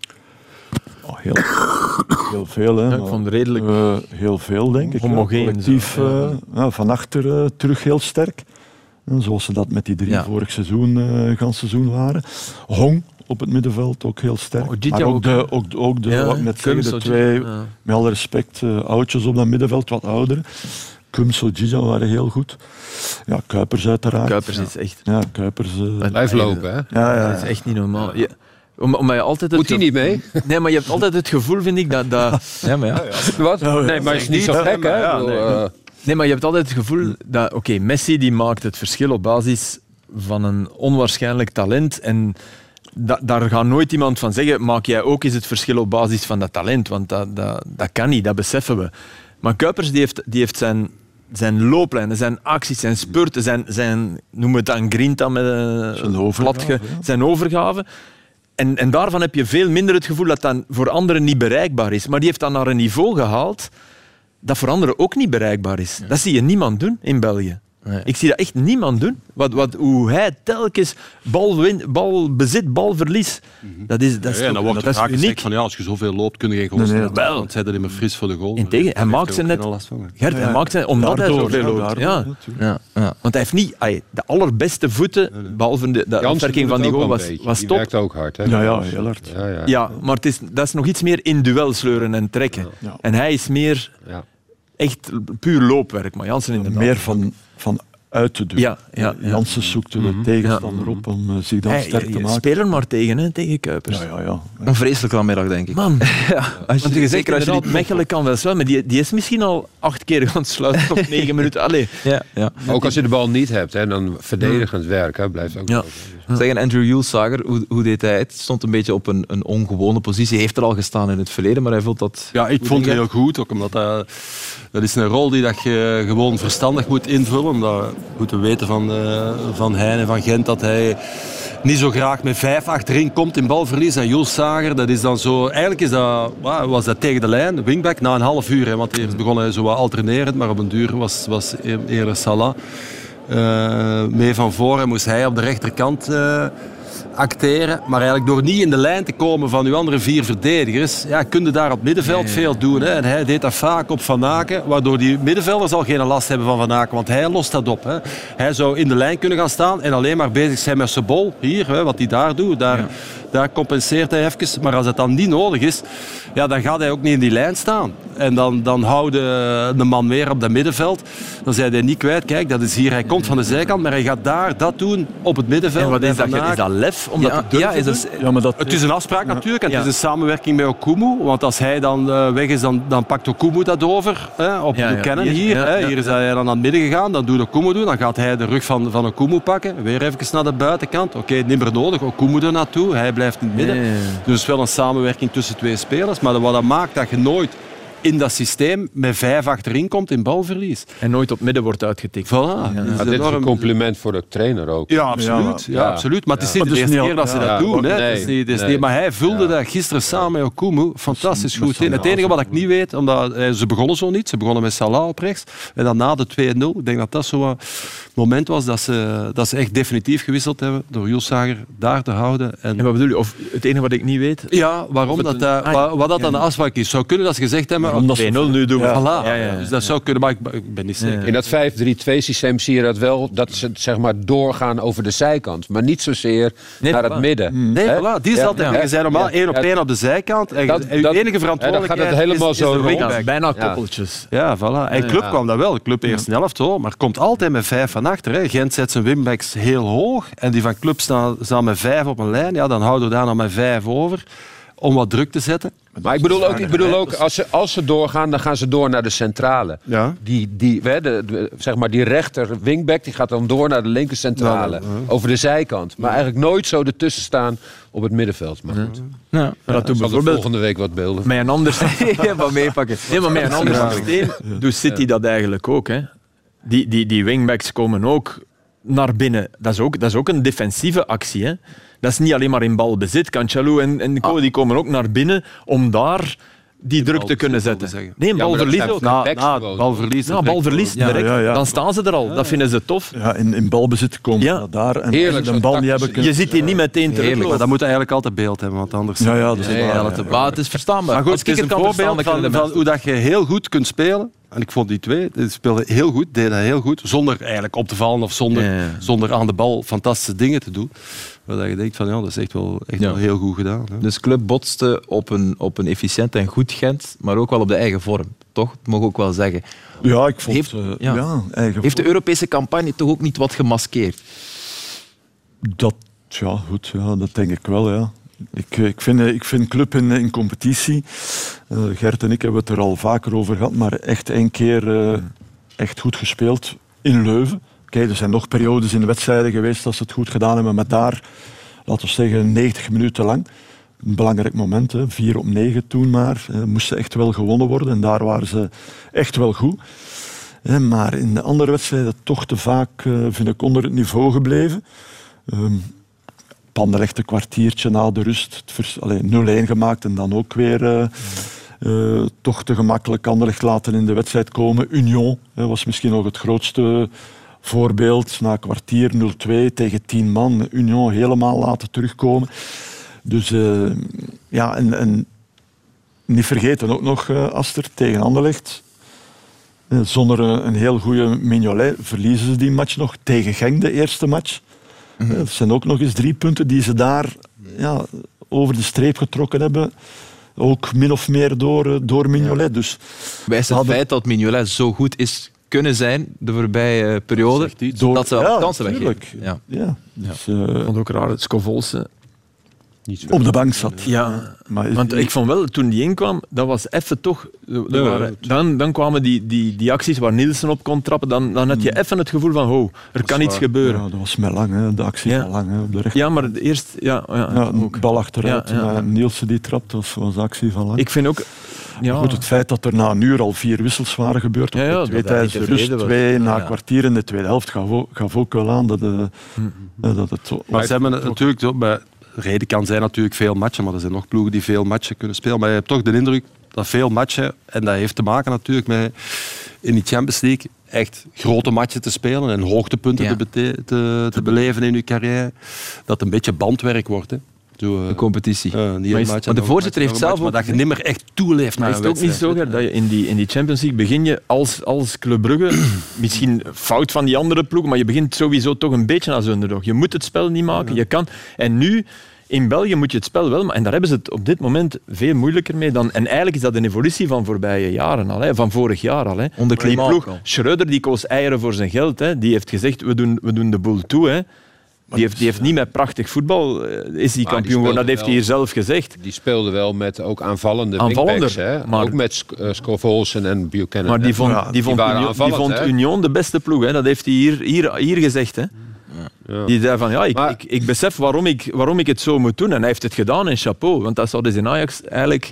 Speaker 4: Oh, heel, heel veel, hè.
Speaker 6: Ja, ik vond redelijk
Speaker 4: uh, heel veel, denk ik.
Speaker 6: Homogeen.
Speaker 4: Collectief, uh, ja, van achter uh, terug heel sterk. Uh, zoals ze dat met die drie ja. vorig seizoen, uh, gans seizoen waren. Hong op het middenveld ook heel sterk. Oh, maar ook de, ook, ook de, ja, wat ik net zeggen, de twee, ja. met alle respect, uh, oudjes op dat middenveld, wat ouderen. Kums en Gija waren heel goed. Ja, Kuipers uiteraard.
Speaker 2: Kuipers
Speaker 4: ja.
Speaker 2: is echt...
Speaker 4: Ja, Kuipers... Uh,
Speaker 5: Blijf lopen, hè?
Speaker 4: Ja, ja.
Speaker 2: Dat is echt niet normaal. Ja. Om, om je altijd het
Speaker 5: Moet hij niet mee?
Speaker 2: Nee, maar je hebt altijd het gevoel, vind ik, dat... dat... Ja, maar ja.
Speaker 5: Wat? Nee, maar het is niet zo gek, hè?
Speaker 2: Ja, nee. Uh... nee, maar je hebt altijd het gevoel dat... Oké, okay, Messi die maakt het verschil op basis van een onwaarschijnlijk talent. En da, daar gaat nooit iemand van zeggen, maak jij ook eens het verschil op basis van dat talent. Want dat, dat, dat kan niet, dat beseffen we. Maar Kuipers die heeft, die heeft zijn... Zijn looplijnen, zijn acties, zijn spurten, zijn, zijn noem het dan grinta met een
Speaker 4: zijn overgave,
Speaker 2: ja. zijn overgave. En, en daarvan heb je veel minder het gevoel dat dat voor anderen niet bereikbaar is. Maar die heeft dat naar een niveau gehaald dat voor anderen ook niet bereikbaar is. Ja. Dat zie je niemand doen in België. Nee. Ik zie dat echt niemand doen. Wat, wat, hoe hij telkens balwin, balbezit, balverlies. Mm-hmm. Dat is, dat is,
Speaker 3: ja, ja,
Speaker 2: toch,
Speaker 3: dan wordt
Speaker 2: dat
Speaker 3: het
Speaker 2: is uniek.
Speaker 3: Van, ja, als je zoveel loopt, kun je geen goals
Speaker 2: nee,
Speaker 3: nee,
Speaker 2: nee,
Speaker 3: want zij er niet meer fris voor de goal.
Speaker 2: Tegen, hij maakt ze net... Gert, hij ja, maakt ze omdat daardoor, hij zoveel loopt. Ja, ja, ja. Want hij heeft niet ay, de allerbeste voeten, nee, nee. behalve de, de afwerking van die goal, was, was top.
Speaker 5: Die werkt ook hard, hè?
Speaker 4: Ja, ja, heel hard.
Speaker 5: Ja, ja.
Speaker 2: ja maar het is, dat is nog iets meer in duel sleuren en trekken. Ja. Ja. En hij is meer ja. echt puur loopwerk. Maar Jansen inderdaad.
Speaker 4: Meer van... van uit te doen.
Speaker 2: Ja, ja, ja.
Speaker 4: Jansen zoekt de mm-hmm. tegenstander op om uh, zich dan hey, sterk te maken.
Speaker 2: Speel er maar tegen, hè, tegen Kuipers.
Speaker 4: Ja, ja, ja.
Speaker 2: Een vreselijke namiddag, denk ik. Man, ja, als je, je zeker als je die Mechelen kan wel sluiten, maar die, die is misschien al acht keer gaan sluiten op negen minuten. Allee.
Speaker 5: Ja, ja. Ook als je de bal niet hebt, hè, dan verdedigend mm. werk, hè, blijft ook.
Speaker 2: Ja. Ja. Zeggen Andrew Julsager, hoe, hoe deed hij het? Stond een beetje op een, een ongewone positie. Hij heeft er al gestaan in het verleden, maar hij voelt dat...
Speaker 3: Ja, ik vond het heel goed, ook omdat hij, dat is een rol die dat je gewoon verstandig moet invullen. Omdat we moeten weten van, uh, van Heijn en van Gent dat hij niet zo graag met vijf achterin komt in balverlies. En Julsager, dat is dan zo... Eigenlijk is dat, was dat tegen de lijn, wingback, na een half uur. Hè, want eerst begon hij zo wat alternerend, maar op een duur was, was eerder Salah. Uh, mee van voren moest hij op de rechterkant uh, acteren. Maar eigenlijk door niet in de lijn te komen van uw andere vier verdedigers, ja, kun je daar op het middenveld nee, veel doen. Hè. En hij deed dat vaak op Van Aken, waardoor die middenvelders al geen last hebben van Van Aken, want hij lost dat op. Hè. Hij zou in de lijn kunnen gaan staan en alleen maar bezig zijn met zijn bol. Hier, hè, wat hij daar doet, daar, ja. daar compenseert hij even. Maar als het dan niet nodig is, ja, dan gaat hij ook niet in die lijn staan. En dan, dan houdt de, de man weer op dat middenveld. Dan zijn hij niet kwijt. Kijk, dat is hier. Hij komt van de zijkant, maar hij gaat daar dat doen op het middenveld.
Speaker 2: En wat is dat? Is dat lef om ja, dat te durven? Ja, is dat...
Speaker 3: ja, maar dat... Het is een afspraak natuurlijk. En ja. Het is een samenwerking met Okumu. Want als hij dan uh, weg is, dan, dan pakt Okumu dat over. Hè, op ja, Buchanan ja, hier. hier, ja, hè. Ja, hier is hij dan aan het midden gegaan. Dan doet Okumu doen. Dan gaat hij de rug van, van Okumu pakken. Weer even naar de buitenkant. Oké, okay, niet meer nodig. Okumu er naartoe. Hij blijft in het midden. Ja, ja, ja. Dus wel een samenwerking tussen twee spelers. Maar wat dat maakt dat je nooit in dat systeem met vijf achterin komt in balverlies.
Speaker 2: En nooit op midden wordt uitgetikt.
Speaker 3: Voilà. Ja,
Speaker 5: ja. Dit is een compliment voor de trainer ook.
Speaker 3: Ja, absoluut. Ja, ja, absoluut. Maar het is niet ja. de eerste keer dat ze ja. dat doen. Hè. Nee, het is niet, het is nee. niet, maar hij vulde ja. dat gisteren samen met Okumu fantastisch goed in. Het enige wat ik niet weet, omdat eh, ze begonnen zo niet. Ze begonnen met Salah op rechts. En dan na de twee nul, ik denk dat dat zo'n moment was dat ze, dat ze echt definitief gewisseld hebben door Julsager daar te houden.
Speaker 2: En, en wat bedoel je? Of het enige wat ik niet weet?
Speaker 3: Ja, waarom dat, uh, ah, wat, wat dat ja. aan de afspraak is. Zou kunnen dat ze gezegd hebben...
Speaker 2: twee nul nu doen we.
Speaker 3: Ja. Voilà. Ja, ja, ja. Dus dat zou kunnen, maar ik, ik ben niet zeker.
Speaker 5: In dat vijf drie twee systeem zie je dat wel, dat ze zeg maar doorgaan over de zijkant. Maar niet zozeer nee, naar voilà. het midden.
Speaker 3: Nee, voilà. Die is ja, altijd, ja. je zei normaal één op één op de zijkant. En dat, uw dat, enige verantwoordelijkheid
Speaker 5: dan gaat het helemaal
Speaker 3: is,
Speaker 5: zo
Speaker 3: is de wingback.
Speaker 2: Bijna koppeltjes.
Speaker 3: Ja, ja voilà. En Club ja. kwam dat wel. De Club eerst helft hoor, maar komt altijd met vijf van achter. Hè. Gent zet zijn wingbacks heel hoog en die van Club staan, staan met vijf op een lijn. Ja, dan houden we daar nog met vijf over. om wat druk te zetten.
Speaker 5: Maar ik bedoel ook, ik bedoel ook als, ze, als ze doorgaan, dan gaan ze door naar de centrale.
Speaker 3: Ja.
Speaker 5: Die, die, de, de, zeg maar die rechter wingback die gaat dan door naar de linker centrale. Ja, ja. Over de zijkant. Maar eigenlijk nooit zo ertussen staan op het middenveld. Maar goed.
Speaker 6: Ja. Ja, ja, dat
Speaker 5: bijvoorbeeld volgende week wat beelden.
Speaker 6: Met een ander systeem wat meepakken. Nee, maar met een ander systeem doet City dat eigenlijk ook. Hè. Die, die, die wingbacks komen ook naar binnen. Dat is ook, dat is ook een defensieve actie. Hè. Dat is niet alleen maar in balbezit. Cancelo en, en Co, ah. die komen ook naar binnen om daar die druk te kunnen zetten. Nee, een balverlies ja, ook.
Speaker 3: Na, na, balverlies,
Speaker 6: na, balverlies direct. Ja, ja, ja. Dan staan ze er al. Dat vinden ze tof.
Speaker 4: Ja, in, in balbezit komen ja. daar. En
Speaker 5: Heerlijk,
Speaker 4: een bal niet hebben kunnen...
Speaker 6: Je ziet die niet meteen terug.
Speaker 3: Maar dat moet eigenlijk altijd beeld hebben, want anders...
Speaker 4: Ja, ja, dat is
Speaker 3: ja, ja, ja,
Speaker 6: ja. Maar het is verstaanbaar.
Speaker 3: Maar goed, het is een voorbeeld van, van hoe dat je heel goed kunt spelen. En ik vond die twee, die speelden heel goed, deden dat heel goed, zonder eigenlijk op te vallen of zonder, ja, ja. zonder aan de bal fantastische dingen te doen. Waar je denkt van, ja, dat is echt wel, echt ja. wel heel goed gedaan. Hè.
Speaker 2: Dus club botste op een, op een efficiënt en goed Gent, maar ook wel op de eigen vorm. Toch? Dat mag ik ook wel zeggen.
Speaker 4: Ja, ik vond...
Speaker 2: Heeft,
Speaker 4: uh,
Speaker 2: ja.
Speaker 4: Ja, eigen
Speaker 2: Heeft de Europese campagne toch ook niet wat gemaskeerd?
Speaker 4: Dat, ja, goed, ja, dat denk ik wel, ja. Ik, ik, vind, ik vind club in, in competitie, uh, Gert en ik hebben het er al vaker over gehad, maar echt één keer uh, echt goed gespeeld in Leuven. Oké, okay, er zijn nog periodes in de wedstrijden geweest dat ze het goed gedaan hebben, maar daar, laten we zeggen, negentig minuten lang. Een belangrijk moment, hè, vier op negen toen maar. Uh, moesten echt wel gewonnen worden en daar waren ze echt wel goed. Uh, maar in de andere wedstrijden toch te vaak, uh, vind ik, onder het niveau gebleven. Um, Anderlecht een kwartiertje na de rust, nul-een gemaakt en dan ook weer uh, uh, toch te gemakkelijk Anderlecht laten in de wedstrijd komen. Union uh, was misschien nog het grootste voorbeeld. Na een kwartier nul-twee tegen tien man. Union helemaal laten terugkomen. Dus uh, ja, en, en niet vergeten ook nog, uh, Aster, tegen Anderlecht. Uh, zonder een, een heel goede Mignolet verliezen ze die match nog. Tegen Genk de eerste match. Mm-hmm. Dat zijn ook nog eens drie punten die ze daar ja, over de streep getrokken hebben. Ook min of meer door, door Mignolet. Ja. Dus
Speaker 2: wijst het hadden... feit dat Mignolet zo goed is kunnen zijn de voorbije periode, dat, door... dat ze
Speaker 4: ja,
Speaker 2: kansen weggeven.
Speaker 4: Ja. Ja. Dus, uh...
Speaker 6: ik vond ook raar dat Scovolse
Speaker 4: op de bank zat.
Speaker 6: Ja, maar want ik vond wel, toen die inkwam, dat was even toch... Ja, waren, dan, dan kwamen die, die, die acties waar Nielsen op kon trappen, dan, dan had je even het gevoel van, oh, er kan iets gebeuren.
Speaker 4: Ja, dat was met lang, hè. De actie ja. lang hè, op de rechter.
Speaker 6: Ja, maar eerst... Ja, ja,
Speaker 4: ja, ook. Bal achteruit, ja, ja, ja. Nielsen die trapt, dat was de actie van lang.
Speaker 6: Ik vind ook... Ja.
Speaker 4: Goed, het feit dat er na een uur al vier wissels waren gebeurd, ja, ja, twee tijdens de rust, twee na een ja. kwartier in de tweede helft, gaf ook, gaf ook wel aan dat, uh, mm-hmm. dat het zo...
Speaker 3: Maar ze hebben het natuurlijk zo bij... Reden kan zijn natuurlijk veel matchen, maar er zijn nog ploegen die veel matchen kunnen spelen. Maar je hebt toch de indruk dat veel matchen, en dat heeft te maken natuurlijk met in die Champions League echt grote matchen te spelen en hoogtepunten ja. te, bete- te, te beleven in je carrière, dat een beetje bandwerk wordt. Hè. Zo, uh,
Speaker 2: de competitie.
Speaker 3: Uh,
Speaker 2: maar, is,
Speaker 3: match,
Speaker 2: maar de voorzitter heeft zelf
Speaker 3: match, ook... Maar dat je niet meer echt toeleeft naar
Speaker 6: een wedstrijd. Is het ook niet zo, Ger, dat je in die, in die Champions League begin je als, als Club Brugge, misschien fout van die andere ploegen, maar je begint sowieso toch een beetje als underdog. Je moet het spel niet maken, ja. je kan... En nu... In België moet je het spel wel, maar en daar hebben ze het op dit moment veel moeilijker mee dan. En eigenlijk is dat een evolutie van voorbije jaren al, hè, van vorig jaar al. Hè.
Speaker 2: Onder
Speaker 6: die ploeg, Schreuder die koos eieren voor zijn geld, hè, die heeft gezegd we doen, we doen de boel toe. Hè. Die heeft, die heeft niet met prachtig voetbal is die kampioen geworden, dat heeft hij hier zelf gezegd.
Speaker 5: Die speelde wel met ook aanvallende wingbacks, hè? Maar, ook met uh, Scovolsen en Buchanan.
Speaker 6: Maar die vond, ja, die vond, die Union, die vond Union de beste ploeg, hè. Dat heeft hij hier, hier, hier gezegd. Hè. Ja. Die zei van, ja, ik, maar, ik, ik besef waarom ik, waarom ik het zo moet doen. En hij heeft het gedaan en chapeau. Want dat zouden ze in Ajax eigenlijk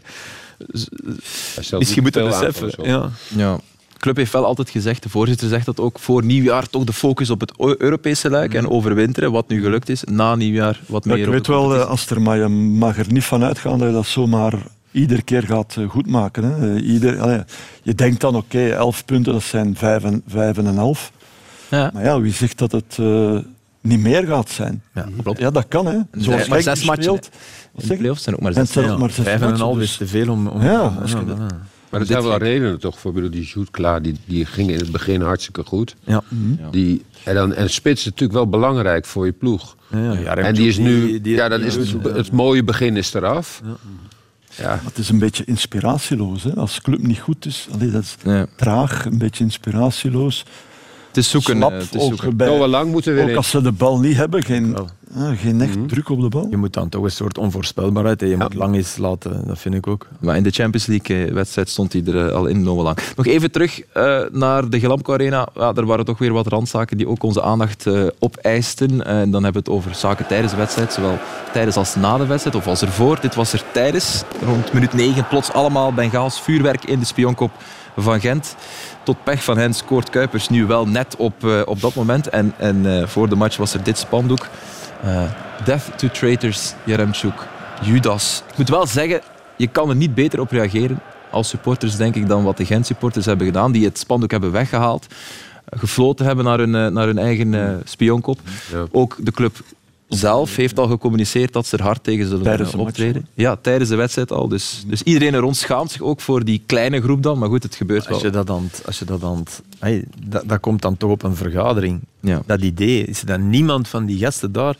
Speaker 6: misschien moeten beseffen. Ja.
Speaker 2: Ja. De club heeft wel altijd gezegd, de voorzitter zegt dat ook, voor nieuwjaar toch de focus op het Europese luik mm. en overwinteren, wat nu gelukt is. Na nieuwjaar wat meer
Speaker 4: ja, ik
Speaker 2: op
Speaker 4: weet wel, Aster, maar je mag er niet van uitgaan dat je dat zomaar iedere keer gaat goedmaken. Hè. Ieder, allez, je denkt dan, oké, okay, elf punten, dat zijn vijf en, vijf en een half. Ja. Maar ja, wie zegt dat het uh, niet meer gaat zijn? Ja, klopt. Ja, dat kan, hè.
Speaker 2: Zoals maar zes matchen. In de play-offs zijn ook maar zes.
Speaker 6: Ja, vijf en een half is te veel om... om
Speaker 4: ja,
Speaker 6: ja,
Speaker 4: als je dat...
Speaker 5: ja. Maar er zijn wel redenen toch voor. Die Jude Klaar, die, die ging in het begin hartstikke goed. Ja. Mm-hmm. Die, en, dan, en spits is natuurlijk wel belangrijk voor je ploeg. Ja, ja. Ja, en die is nu... Die, die, ja, dat is het, het mooie begin is eraf. Ja.
Speaker 4: Ja. Het is een beetje inspiratieloos. Hè. Als club niet goed is, allee, dat is ja. traag, een beetje inspiratieloos.
Speaker 2: Het is zoeken.
Speaker 4: Slap,
Speaker 2: het is
Speaker 4: ook,
Speaker 2: zoeken.
Speaker 4: Bij,
Speaker 5: oh, lang moeten we
Speaker 4: ook als ze de bal niet hebben, geen, Ah, geen echt mm-hmm. druk op de bal.
Speaker 6: Je moet dan toch een soort onvoorspelbaarheid. Hè. Je ja. moet lang eens laten, dat vind ik ook.
Speaker 2: Maar in de Champions League-wedstrijd stond hij er al in, lang. Nog even terug uh, naar de Glamco Arena. Ja, er waren toch weer wat randzaken die ook onze aandacht uh, opeisten. Uh, en dan hebben we het over zaken tijdens de wedstrijd, zowel tijdens als na de wedstrijd, of als ervoor. Dit was er tijdens, rond minuut negen, plots allemaal Bengaals vuurwerk in de Spionkop van Gent. Tot pech van hen scoort Kuipers nu wel net op, uh, op dat moment. En, en uh, voor de match was er dit spandoek. Uh, Death to Traitors, Yaremchuk, Judas. Ik moet wel zeggen, je kan er niet beter op reageren als supporters, denk ik, dan wat de Gent-supporters hebben gedaan, die het spandoek hebben weggehaald, gefloten hebben naar hun, naar hun eigen uh, spionkop. Ja. Ook de club zelf heeft al gecommuniceerd dat ze er hard tegen zullen tijdens optreden. Match, ja, tijdens de wedstrijd al. Dus, dus iedereen er rond schaamt zich ook voor die kleine groep dan. Maar goed, het gebeurt
Speaker 6: als
Speaker 2: wel.
Speaker 6: Je dat dan, als je dat dan... Hey, dat, dat komt dan toch op een vergadering. Ja. Dat idee. Is er dan niemand van die gasten daar...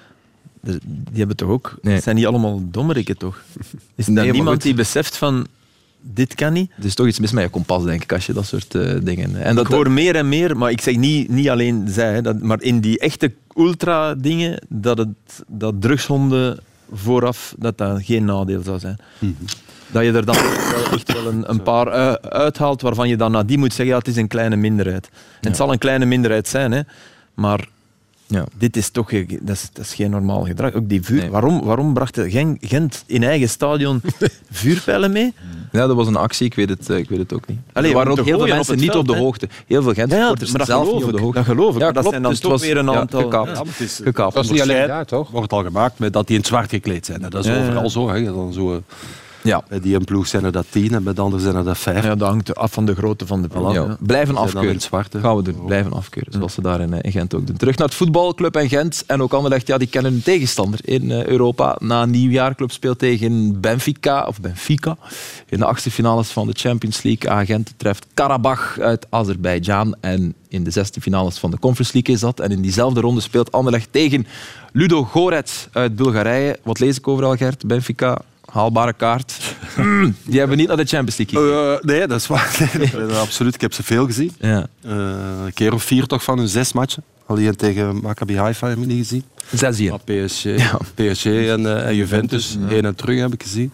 Speaker 6: Die hebben toch ook... Nee. Zijn niet allemaal dommerikken, toch? Is er nee, niemand die beseft van... Dit kan niet.
Speaker 2: Er is toch iets mis met je kompas, denk ik, als je dat soort uh, dingen...
Speaker 6: En dat, ik hoor dat... meer en meer, maar ik zeg niet, niet alleen zij, hè, dat, maar in die echte ultra-dingen, dat, het, dat drugshonden vooraf, dat dat geen nadeel zou zijn. Mm-hmm. Dat je er dan wel echt wel een, een paar uh, uithaalt waarvan je dan nadien moet zeggen, ja, het is een kleine minderheid. En ja. Het zal een kleine minderheid zijn, hè, maar... Ja. Dit is toch dat is, dat is geen normaal gedrag. Ook die vuur, nee. waarom, waarom bracht Gent in eigen stadion vuurpijlen mee?
Speaker 2: Ja, dat was een actie, ik weet het, ik weet het ook niet. Allee, er waren ook heel veel mensen op niet veld, op de hè? hoogte. Heel veel Gent-supporters
Speaker 6: ja,
Speaker 2: zelf niet op de hoogte.
Speaker 6: Dat geloof ik,
Speaker 2: ja,
Speaker 6: maar dat
Speaker 2: klopt,
Speaker 6: zijn dan
Speaker 2: dus
Speaker 6: toch was, weer een aantal... Ja,
Speaker 2: gekaapt. Ja,
Speaker 3: het is,
Speaker 2: gekaapt.
Speaker 5: Dat is niet alleen daar, toch?
Speaker 3: Wordt al gemaakt met dat die in het zwart gekleed zijn. Dat is ja, overal ja. zo. Hè. Dan zo ja. Bij die een ploeg zijn er dat tien en bij de anderen zijn er dat vijf.
Speaker 6: Ja, dat hangt af van de grootte van de ploeg.
Speaker 2: Ja. Ja. Blijven afkeuren. Zwart, gaan we er blijven afkeuren, zoals ze daar in, in Gent ook doen. Terug naar het voetbalclub en Gent. En ook Anderlecht, ja, die kennen een tegenstander in uh, Europa. Na een nieuwjaar, club speelt tegen Benfica, of Benfica. In de achtste finales van de Champions League. A Gent treft Karabach uit Azerbeidzjan. En in de zesde finales van de Conference League is dat. En in diezelfde ronde speelt Anderlecht tegen Ludo Gorets uit Bulgarije. Wat lees ik overal, Gert? Benfica... Haalbare kaart. Mm, die hebben niet naar de Champions League gekeken.
Speaker 3: Uh, nee, dat is waar. Nee, absoluut, ik heb ze veel gezien. Ja. Uh, een keer of vier toch van hun zes matchen. Alleen tegen Maccabi Haifa heb ik niet gezien.
Speaker 2: Zes hier.
Speaker 3: Maar P S G, ja. P S G en, uh, en Juventus, ja. heen en terug heb ik gezien.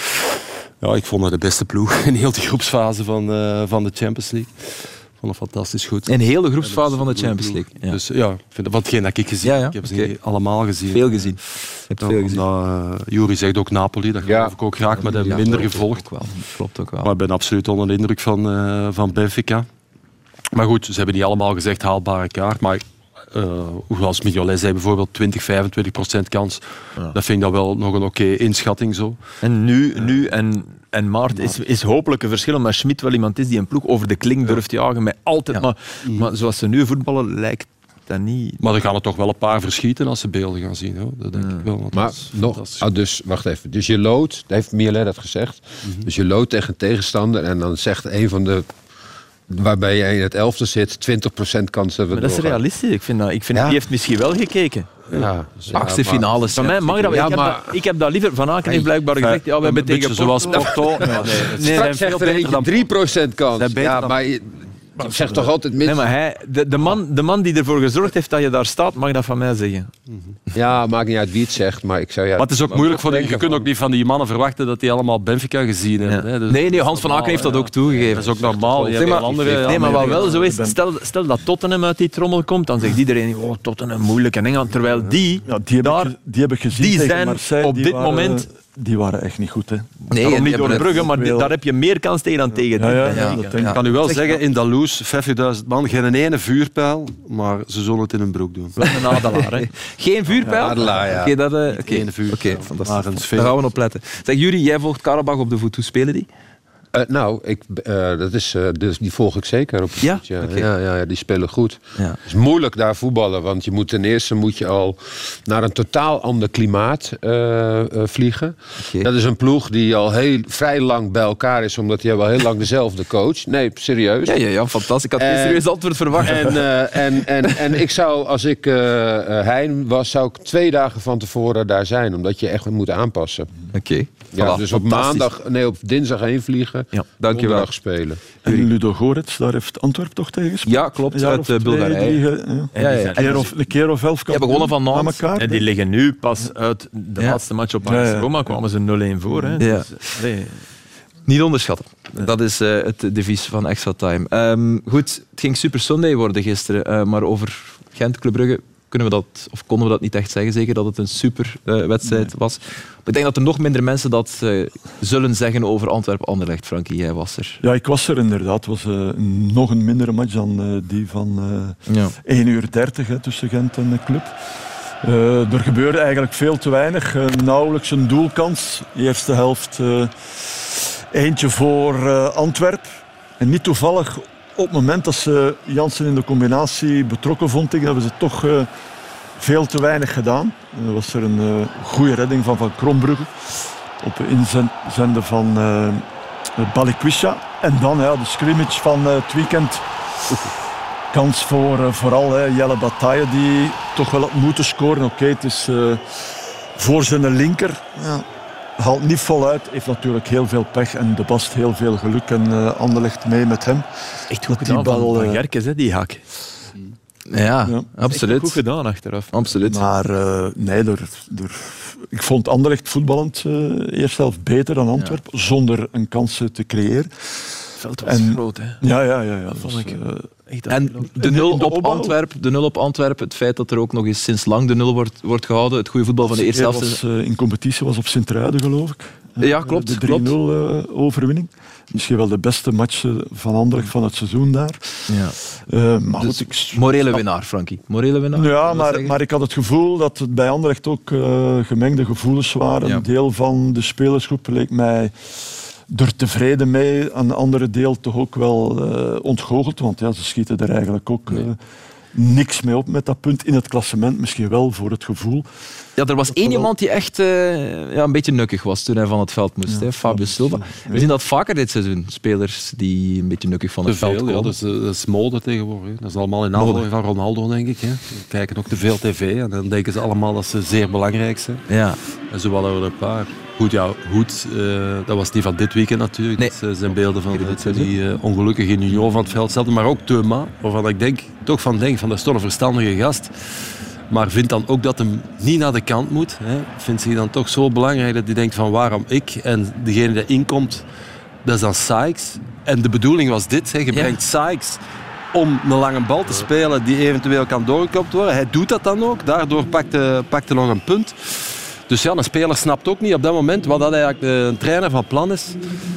Speaker 3: Ja, ik vond het de beste ploeg in heel de groepsfase van, uh, van de Champions League. Ik vond het fantastisch goed.
Speaker 2: In heel de groepsfase van de Champions League.
Speaker 3: Ja. Dus ja, van hetgeen dat ik gezien
Speaker 2: ja, ja.
Speaker 3: ik heb ze
Speaker 2: okay.
Speaker 3: niet allemaal gezien.
Speaker 2: Veel gezien. Je hebt
Speaker 3: ja,
Speaker 2: veel gezien.
Speaker 3: Uh, Jury zegt ook Napoli, dat geloof ja. ik ook graag, maar dat heb ik ja, minder gevolgd.
Speaker 2: Ook wel. Klopt ook wel.
Speaker 3: Maar ik ben absoluut onder de indruk van, uh, van Benfica. Maar goed, ze hebben niet allemaal gezegd haalbare kaart, maar uh, zoals Mignolet zei bijvoorbeeld twintig, vijfentwintig procent kans. Ja. Dat vind ik dan wel nog een oké okay inschatting zo.
Speaker 6: En nu, uh, nu en... En Maart is, is hopelijk een verschil, omdat Schmidt wel iemand is die een ploeg over de klink durft jagen. Met altijd, ja. maar, maar zoals ze nu voetballen, lijkt dat niet...
Speaker 3: Maar er gaan er toch wel een paar verschieten als ze beelden gaan zien. Hoor. Dat denk ja. ik wel.
Speaker 5: Maar nog, ah, dus, wacht even. Dus je loodt, dat heeft Mignolet dat gezegd. Mm-hmm. Dus je loodt tegen een tegenstander en dan zegt een van de... waarbij jij in het elfde zit, twintig procent kans dat we
Speaker 6: maar dat doorgaan. Is realistisch. Ik vind dat, ik vind ja. Die heeft misschien wel gekeken.
Speaker 2: Ja, ja, achtste finales.
Speaker 6: Van mij mag dat. Ja, ik, maar, heb dat ik heb dat liever. Van Aken heeft blijkbaar gezegd, ja, we hebben tegen
Speaker 3: zoals Porto. Nee, nee,
Speaker 5: nee, straks zegt er eentje drie procent kans. Ja, maar je, ik zeg toch altijd mis.
Speaker 6: Nee, maar hij, de, de, man, de man die ervoor gezorgd heeft dat je daar staat, mag dat van mij zeggen.
Speaker 5: Ja, maakt niet uit wie het zegt, maar ik zou ja.
Speaker 3: Maar het is ook moeilijk voor de, je kunt ook niet van die mannen verwachten dat die allemaal Benfica gezien hebben. Ja. Hè? Dus
Speaker 2: nee, nee, Hans van Aken heeft dat ook toegegeven.
Speaker 3: Dat is ook normaal.
Speaker 6: Zeg maar, andere, nee, maar wat wel zo is, stel, stel dat Tottenham uit die trommel komt, dan zegt iedereen, oh, Tottenham moeilijk en Engeland, terwijl die,
Speaker 4: ja, die,
Speaker 6: daar,
Speaker 4: heb ik, die heb ik gezien
Speaker 6: die
Speaker 4: tegen
Speaker 6: zijn
Speaker 4: Marseille,
Speaker 6: op
Speaker 4: die
Speaker 6: dit
Speaker 4: waren,
Speaker 6: moment...
Speaker 4: Die waren echt niet goed, hè.
Speaker 6: Nee, Daarom niet door de bruggen, maar die, daar heb je meer kans tegen dan tegen.
Speaker 4: Ja, ja, ja,
Speaker 6: ja,
Speaker 4: dat
Speaker 3: ik ja. kan u wel zeg zeggen, in Dalous, vijftigduizend man, geen ene vuurpijl, maar ze zullen het in hun broek doen.
Speaker 6: Wel een adelaar, hè.
Speaker 2: Geen vuurpijl?
Speaker 5: Ja, adelaar, ja.
Speaker 2: Oké, dat... Uh,
Speaker 3: Oké, okay.
Speaker 2: okay, fantastisch. Daar gaan we op letten. Zeg, Jury, jij volgt Karabach op de voet. Hoe spelen die?
Speaker 5: Uh, nou, ik, uh, dat is, uh, dus die volg ik zeker op.
Speaker 2: Ja?
Speaker 5: Ja,
Speaker 2: Okay.
Speaker 5: ja, ja, ja, die spelen goed.
Speaker 2: Ja.
Speaker 5: Het is moeilijk daar voetballen, want je moet ten eerste moet je al naar een totaal ander klimaat uh, uh, vliegen. Okay. Dat is een ploeg die al heel vrij lang bij elkaar is, omdat die hebben al heel lang dezelfde coach. Nee, serieus.
Speaker 2: Ja, ja, ja, fantastisch. Ik had geen serieus antwoord verwacht.
Speaker 5: En, uh, en, en, en ik zou, als ik uh, uh, Hein was, zou ik twee dagen van tevoren daar zijn, omdat je echt moet aanpassen.
Speaker 2: Oké. Okay.
Speaker 5: Ja,
Speaker 2: Voilà,
Speaker 5: dus op
Speaker 2: fantastisch.
Speaker 5: maandag, nee, op dinsdag heen vliegen.
Speaker 2: Ja, dankjewel.
Speaker 5: Donderdag spelen.
Speaker 4: En Ludo Gorets, daar heeft Antwerpen toch tegen gespeeld?
Speaker 2: Ja, klopt,
Speaker 4: Een jaar
Speaker 2: uit,
Speaker 4: of
Speaker 2: eh,
Speaker 4: twee,
Speaker 2: Bulgarije.
Speaker 4: drie, ja.
Speaker 2: Ja, ja.
Speaker 4: Een keer of, een keer of elf
Speaker 2: Die hebben gewonnen van
Speaker 4: aan
Speaker 2: Nantes.
Speaker 4: elkaar.
Speaker 6: En die liggen nu pas uit de
Speaker 2: Ja.
Speaker 6: laatste match op
Speaker 4: Ja, ja.
Speaker 6: Roma, kwamen ze nul-een voor. Hè.
Speaker 2: Ja.
Speaker 6: Dus, allee.
Speaker 2: Niet onderschatten. Dat is uh, het devies van Extra Time. Um, goed, het ging Super Sunday worden gisteren, uh, maar over Gent, Club Brugge kunnen we dat, of konden we dat niet echt zeggen. Zeker dat het een super uh, wedstrijd nee. was. Maar ik denk dat er nog minder mensen dat uh, zullen zeggen over Antwerpen-Anderlecht. Frankie, jij was er.
Speaker 4: Ja, ik was er inderdaad. Het was uh, nog een mindere match dan uh, die van uh, ja. één uur dertig hè, tussen Gent en de club. Uh, er gebeurde eigenlijk veel te weinig. Uh, nauwelijks een doelkans. De eerste helft uh, eentje voor uh, Antwerpen. En niet toevallig op het moment dat ze Jansen in de combinatie betrokken vond ik, hebben ze toch uh, veel te weinig gedaan. Er was er een uh, goede redding van Van Krombrugge op de inzenden van uh, Balikwisha. En dan ja, de scrimmage van uh, het weekend. Kans voor uh, vooral hè, Jelle Bataille die toch wel had moeten scoren. Oké, okay, het is uh, voor zijn linker. Ja. Haalt niet voluit, heeft natuurlijk heel veel pech en De Bast heel veel geluk en uh, Anderlecht mee met hem.
Speaker 6: Echt goed gedaan die bal, van, van Gerkes, hè, die hak.
Speaker 2: Ja, ja, absoluut.
Speaker 6: Goed gedaan achteraf.
Speaker 2: Absoluut.
Speaker 4: Maar uh, nee, er, er, ik vond Anderlecht voetballend uh, eerst zelf beter dan Antwerpen, ja. zonder een kans te creëren.
Speaker 6: Het veld was
Speaker 4: en,
Speaker 6: groot, hè.
Speaker 4: Ja, ja, ja. ja dat
Speaker 6: vond
Speaker 4: was,
Speaker 6: ik...
Speaker 4: Uh,
Speaker 2: En de nul, op Antwerpen, de nul op Antwerpen, het feit dat er ook nog eens sinds lang de nul wordt, wordt gehouden, het goede voetbal van de eerste helft.
Speaker 4: Was, uh, in competitie was op Sint-Truiden, geloof ik.
Speaker 2: Ja, klopt.
Speaker 4: De drie nul uh, overwinning. Misschien wel de beste match van Anderlecht van het seizoen daar.
Speaker 2: Ja.
Speaker 4: Uh, maar
Speaker 2: dus
Speaker 4: goed, ik...
Speaker 2: morele winnaar, Frankie. Morele winnaar?
Speaker 4: Ja, maar, maar ik had het gevoel dat het bij Anderlecht ook uh, gemengde gevoelens waren. Ja. Een deel van de spelersgroep leek mij er tevreden mee, een andere deel toch ook wel uh, ontgoocheld, want ja, ze schieten er eigenlijk ook uh, niks mee op met dat punt in het klassement, misschien wel voor het gevoel.
Speaker 2: Ja, er was één iemand die echt uh, ja, een beetje nukkig was toen hij van het veld moest, ja, hè, Fabio Silva. We zien dat vaker dit seizoen, spelers die een beetje nukkig van het
Speaker 3: te veel,
Speaker 2: veld komen.
Speaker 3: Ja, dat, is, dat is mode tegenwoordig. Dat is allemaal in navolging van Ronaldo, denk ik. Hè. Die kijken ook te veel tv en dan denken ze allemaal dat ze zeer belangrijk zijn.
Speaker 2: Ja.
Speaker 3: En zo hadden we er een paar. Goed, ja, goed. Uh, dat was niet van dit weekend natuurlijk. Nee. Dat zijn beelden van de, die uh, ongelukkige Union van het veld zelf. Maar ook Thuma, waarvan ik denk, toch van denk, van dat is toch een verstandige gast. Maar vindt dan ook dat hem niet naar de kant moet. Hè. Vindt zich dan toch zo belangrijk dat hij denkt van waarom ik en degene die inkomt, dat is dan Sykes. En de bedoeling was dit, hè. Je brengt ja. Sykes om een lange bal te spelen die eventueel kan doorgekopt worden. Hij doet dat dan ook. Daardoor pakt hij, pakt hij nog een punt. Dus ja, een speler snapt ook niet op dat moment wat dat eigenlijk de trainer van plan is.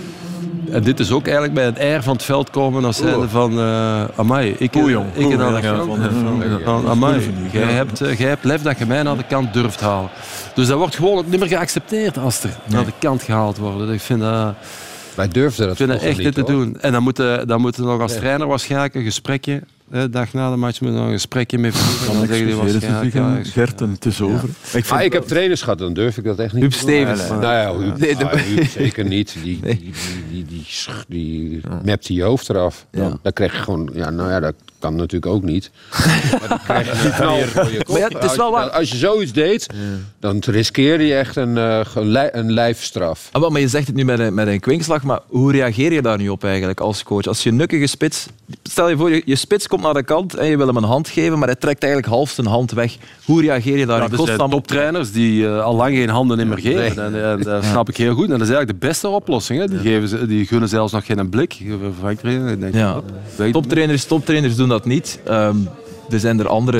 Speaker 3: En dit is ook eigenlijk bij het air van het veld komen als zijnde van uh, amai, ik
Speaker 6: Oeh, jong.
Speaker 3: ik naar de
Speaker 6: ja,
Speaker 3: kant.
Speaker 6: ja,
Speaker 3: Ja, ja, amai, jij hebt, uh, jij hebt lef dat je mij naar de kant durft halen. Dus dat wordt gewoon ook niet meer geaccepteerd als er nee. naar de kant gehaald wordt. Ik vind dat...
Speaker 5: Wij durfden dat
Speaker 3: ik vind echt
Speaker 5: niet
Speaker 3: te doen. En dan moeten dan moet nog als
Speaker 5: nee.
Speaker 3: trainer waarschijnlijk een gesprekje. De dag na de match moet nog een gesprekje mee voeren.
Speaker 4: Dan zeggen die waarschijnlijk, ja, Gert, en het is over.
Speaker 5: Ja. Ik, ah, ik heb trainers gehad, dan durf ik dat echt niet.
Speaker 2: Huub Stevens.
Speaker 5: Nou ja, Huub, nee, ah, Huub zeker niet. Die, die, die, die, die, die, die mept je hoofd eraf. Dan, ja. dan krijg je gewoon... Ja, nou ja, dat kan natuurlijk ook niet. Maar dan krijg je niet meer voor je kop.
Speaker 2: Maar ja, het is wel waar.
Speaker 5: Als je zoiets deed, dan riskeer je echt een, uh, een lijfstraf.
Speaker 2: Ah, maar je zegt het nu met een, met een kwinkslag, maar hoe reageer je daar nu op eigenlijk als coach? Als je een nukkige spits... Stel je voor, je, je spits komt naar de kant en je wil hem een hand geven, maar hij trekt eigenlijk half zijn hand weg. Hoe reageer je daar
Speaker 3: ja,
Speaker 2: in
Speaker 3: dus
Speaker 2: godsnaam op?
Speaker 3: Toptrainers die uh, al lang geen handen meer geven. Nee. En, en, dat snap ik heel goed. En dat is eigenlijk de beste oplossing. Hè. Die, ja. geven ze, die gunnen zelfs nog geen blik. Ik denk,
Speaker 2: ja. ja. Toptrainers, toptrainers doen dat niet. Um, Er zijn er andere...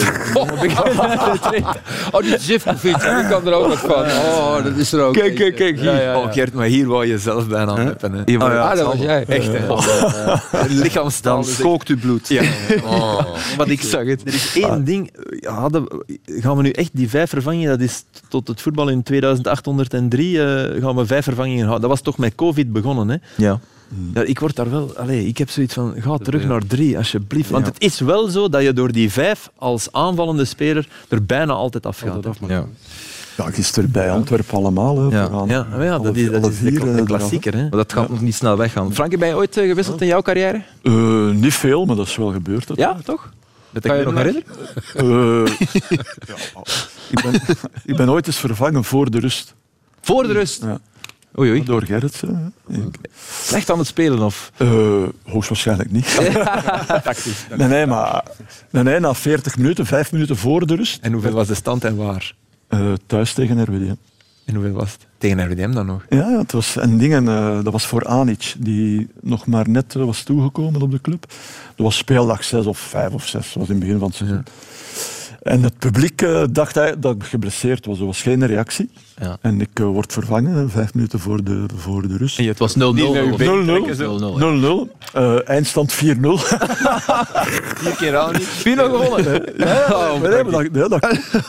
Speaker 5: oh, die Zivkovic, die kan er ook wat van. Oh, dat is er ook.
Speaker 6: Kijk, kijk, kijk. Hier. Ja, ja, ja. Oh, Gert, maar hier wou je zelf bijna huh? Meppen. Hè.
Speaker 5: Oh, ja, ah, dat was jij.
Speaker 6: Echt, hè. Oh, uh, lichaamstaal.
Speaker 3: Dan kookt uw bloed.
Speaker 6: Ja. Oh. Maar ik zag het. Er is één ah. ding. Ja, dat, gaan we nu echt die vijf vervangingen, dat is tot het voetbal in tweeduizend achthonderddrie, uh, gaan we vijf vervangingen houden. Dat was toch met COVID begonnen, hè?
Speaker 2: Ja.
Speaker 6: Ja, ik word daar wel... Allez, ik heb zoiets van, ga terug naar drie, alsjeblieft. Want ja. het is wel zo dat je door die vijf als aanvallende speler er bijna altijd afgaat. Af
Speaker 2: ja.
Speaker 4: Ja, gisteren bij Antwerpen allemaal. Hè,
Speaker 2: ja.
Speaker 6: Ja, ja, ja, dat is, dat is de, de klassieker. Hè.
Speaker 2: Maar dat gaat ja. nog niet snel weggaan. Frankie, ben je ooit uh, gewisseld in jouw carrière?
Speaker 4: Uh, niet veel, maar dat is wel gebeurd. Dat
Speaker 2: ja, toch? Dat kan je nog herinneren?
Speaker 4: Uh, ja, ik, ben, ik ben ooit eens vervangen voor de rust.
Speaker 2: Voor de rust?
Speaker 4: Ja.
Speaker 2: Oei, oei.
Speaker 4: Door Gerritsen.
Speaker 2: Slecht aan het spelen, of?
Speaker 4: Uh, hoogstwaarschijnlijk niet. nee, nee, maar nee, nee, na veertig minuten, vijf minuten voor de rust.
Speaker 6: En hoeveel was de stand en waar?
Speaker 4: Uh, thuis tegen R W D M.
Speaker 6: En hoeveel was het? Tegen R W D M dan nog?
Speaker 4: Ja, ja het was een ding. En, uh, dat was voor Anic, die nog maar net uh, was toegekomen op de club. Dat was speeldag zes of vijf of zes, dat was in het begin van het seizoen. Ja. En het publiek uh, dacht dat ik geblesseerd was. Er was geen reactie.
Speaker 2: Ja.
Speaker 4: En ik uh, word vervangen, vijf minuten voor de, voor de rust.
Speaker 2: En het was nul nul.
Speaker 4: nul nul. Uh, eindstand vier nul.
Speaker 6: Vier keer aan niet.
Speaker 2: Vier nul gewonnen.
Speaker 4: Ja, ja, nee, dat, nee, dat,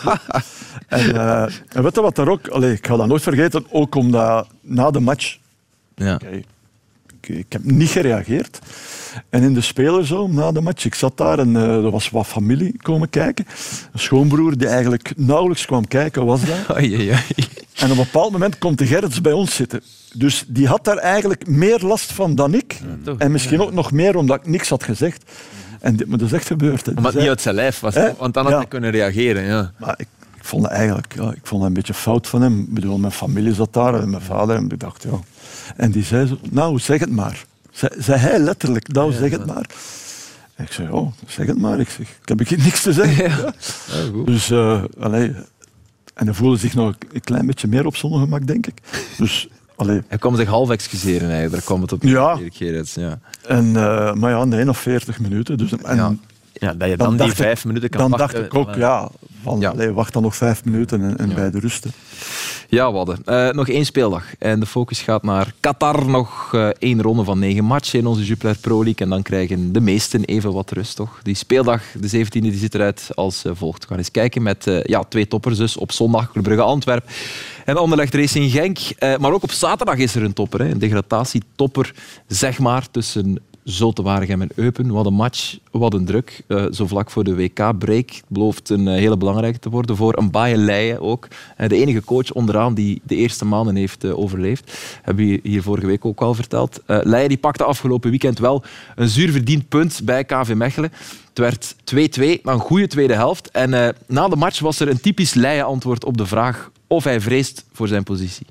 Speaker 4: en, uh, en weet je wat er ook... Allez, ik ga dat nooit vergeten, ook omdat na de match...
Speaker 2: Ja.
Speaker 4: Okay, ik, ik heb niet gereageerd. En in de spelerzoom na de match, ik zat daar en uh, er was wat familie komen kijken. Een schoonbroer die eigenlijk nauwelijks kwam kijken, was dat.
Speaker 2: Oei, oei, oei.
Speaker 4: En op een bepaald moment komt de Gerrits bij ons zitten. Dus die had daar eigenlijk meer last van dan ik. Ja, en misschien ja. ook nog meer omdat ik niks had gezegd. En dit, maar dat is echt gebeurd. Hè.
Speaker 6: Omdat het niet uit zijn lijf was, hè? Want dan had
Speaker 4: ja.
Speaker 6: hij kunnen reageren. Ja.
Speaker 4: Maar ik, ik vond het eigenlijk ja, ik vond het een beetje fout van hem. Ik bedoel, mijn familie zat daar en mijn vader. En ik dacht, ja. En die zei zo, nou, zeg het maar. Zei, zei hij letterlijk, nou, ja, zeg het maar. En ik zei, oh, zeg het maar. Ik zeg, ik heb hier niks te zeggen. Ja. Ja, dus, uh, allee, en hij voelde zich nog een klein beetje meer op zijn ongemak, denk ik. Dus, allee.
Speaker 2: Hij kwam zich half excuseren, eigenlijk. Daar kwam het op.
Speaker 4: Ja.
Speaker 2: Gerrits, ja.
Speaker 4: En, uh, maar ja, nee, nog veertig minuten. Dus, en,
Speaker 2: ja.
Speaker 6: Ja, dat je dan, dan die vijf
Speaker 4: ik,
Speaker 6: minuten kan
Speaker 4: dan
Speaker 6: wachten.
Speaker 4: Dan dacht ik ook, ja, van, ja. Allee, wacht dan nog vijf minuten en, en ja. bij de rusten.
Speaker 2: Ja, we hadden. Uh, nog één speeldag. En de focus gaat naar Qatar. Nog uh, één ronde van negen matchen in onze Jupiler Pro League. En dan krijgen de meesten even wat rust, toch? Die speeldag, de zeventiende, die ziet eruit als uh, volgt. We gaan eens kijken met uh, ja, twee toppers dus. Op zondag Club Brugge Antwerpen en Anderlecht Racing Genk. Uh, maar ook op zaterdag is er een topper. Hè. Een degradatietopper, zeg maar, tussen Zulte Waregem en Eupen. Wat een match, wat een druk. Uh, zo vlak voor de W K-break. Het belooft een uh, hele belangrijke te worden voor een Mbaye Leijen ook. Uh, de enige coach onderaan die de eerste maanden heeft uh, overleefd. Hebben we hier vorige week ook al verteld. Uh, Leijen die pakte afgelopen weekend wel een zuur verdiend punt bij K V Mechelen. Het werd twee twee, na een goede tweede helft. En uh, na de match was er een typisch Leijen-antwoord op de vraag of hij vreest voor zijn positie.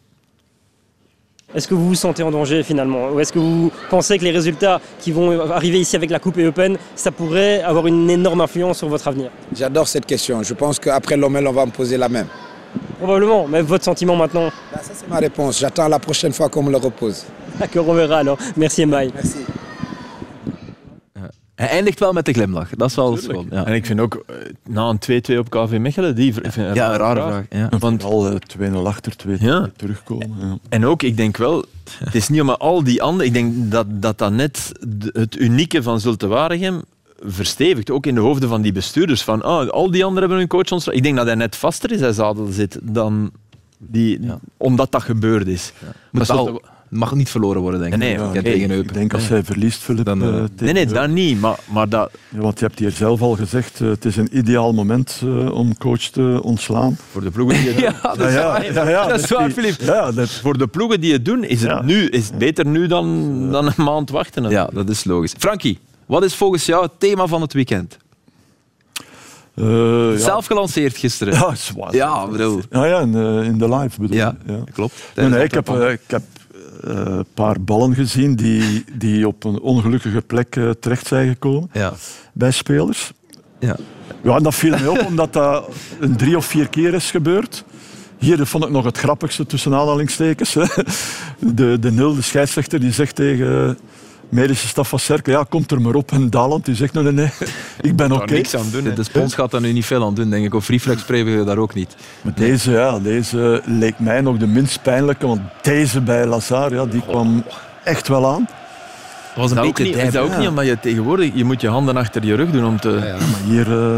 Speaker 8: Est-ce que vous vous sentez en danger finalement? Ou est-ce que vous pensez que les résultats qui vont arriver ici avec la Coupe et Open, ça pourrait avoir une énorme influence sur votre avenir?
Speaker 9: J'adore cette question. Je pense qu'après l'O M L, on va me poser la même.
Speaker 8: Probablement, mais votre sentiment maintenant?
Speaker 9: Bah, ça c'est ma réponse. J'attends la prochaine fois qu'on me le repose.
Speaker 8: D'accord, on verra alors. Merci Mbaye.
Speaker 9: Merci.
Speaker 2: Hij eindigt wel met de glimlach. Dat is wel schoon. Ja.
Speaker 6: En ik vind ook, na een twee twee op K V Mechelen, die vind een
Speaker 2: ja, een rare vraag. vraag. Ja.
Speaker 4: Want al uh, twee nul achter, twee twee ja. terugkomen. Ja.
Speaker 6: En ook, ik denk wel, het is niet om al die anderen, ik denk dat dat, dat net het unieke van Zulte Waregem verstevigt, ook in de hoofden van die bestuurders. Van, oh, al die anderen hebben hun coach ontslagen. Ik denk dat hij net vaster in zijn zadel zit dan die, ja. omdat dat gebeurd is.
Speaker 2: Ja. Maar Zulte... mag niet verloren worden, denk ik.
Speaker 6: Nee,
Speaker 4: ja, okay. Ik denk als hij verliest, Philip...
Speaker 2: Dan, uh,
Speaker 6: nee, nee, dat niet. Maar, maar dat...
Speaker 4: Ja, want je hebt hier zelf al gezegd, uh, het is een ideaal moment uh, om coach te ontslaan.
Speaker 6: Voor de ploegen die het doen.
Speaker 2: ja, dat is
Speaker 4: ja,
Speaker 2: waar,
Speaker 4: ja, ja,
Speaker 2: dat is waar, Filip.
Speaker 4: Ja, dat...
Speaker 6: Voor de ploegen die het doen, is het, ja. nu, is het beter nu dan, dan een maand wachten.
Speaker 2: Ja, dat is logisch. Frankie, wat is volgens jou het thema van het weekend?
Speaker 4: Uh,
Speaker 2: Zelf
Speaker 4: ja.
Speaker 2: gelanceerd gisteren.
Speaker 4: Ja, zwaar.
Speaker 2: Ja, bedoel.
Speaker 4: Ja, ja in, uh, in de live bedoel
Speaker 2: ja,
Speaker 4: ja,
Speaker 2: klopt.
Speaker 4: Nee, nee, ik heb... Uh, ik heb een uh, paar ballen gezien die, die op een ongelukkige plek uh, terecht zijn gekomen
Speaker 2: ja.
Speaker 4: bij spelers.
Speaker 2: Ja.
Speaker 4: Ja, en dat viel mij op omdat dat een drie of vier keer is gebeurd. Hier vond ik nog het grappigste tussen aanhalingstekens. De, de nul, de scheidsrechter, die zegt tegen medische staf van Cercle, ja, komt er maar op. En Daland die zegt, nee, nee, nee, ik ben oké.
Speaker 6: Okay.
Speaker 2: De, de spons gaat daar nu niet veel aan doen, denk ik. Of reflex spreken we daar ook niet.
Speaker 4: Maar deze, ja, deze leek mij nog de minst pijnlijke, want deze bij Lazare, ja, die kwam echt wel aan.
Speaker 6: Dat was een dat beetje niet, is dat ook ja. niet omdat je tegenwoordig je moet je handen achter je rug doen om te... Ja,
Speaker 4: ja. Maar hier... Uh,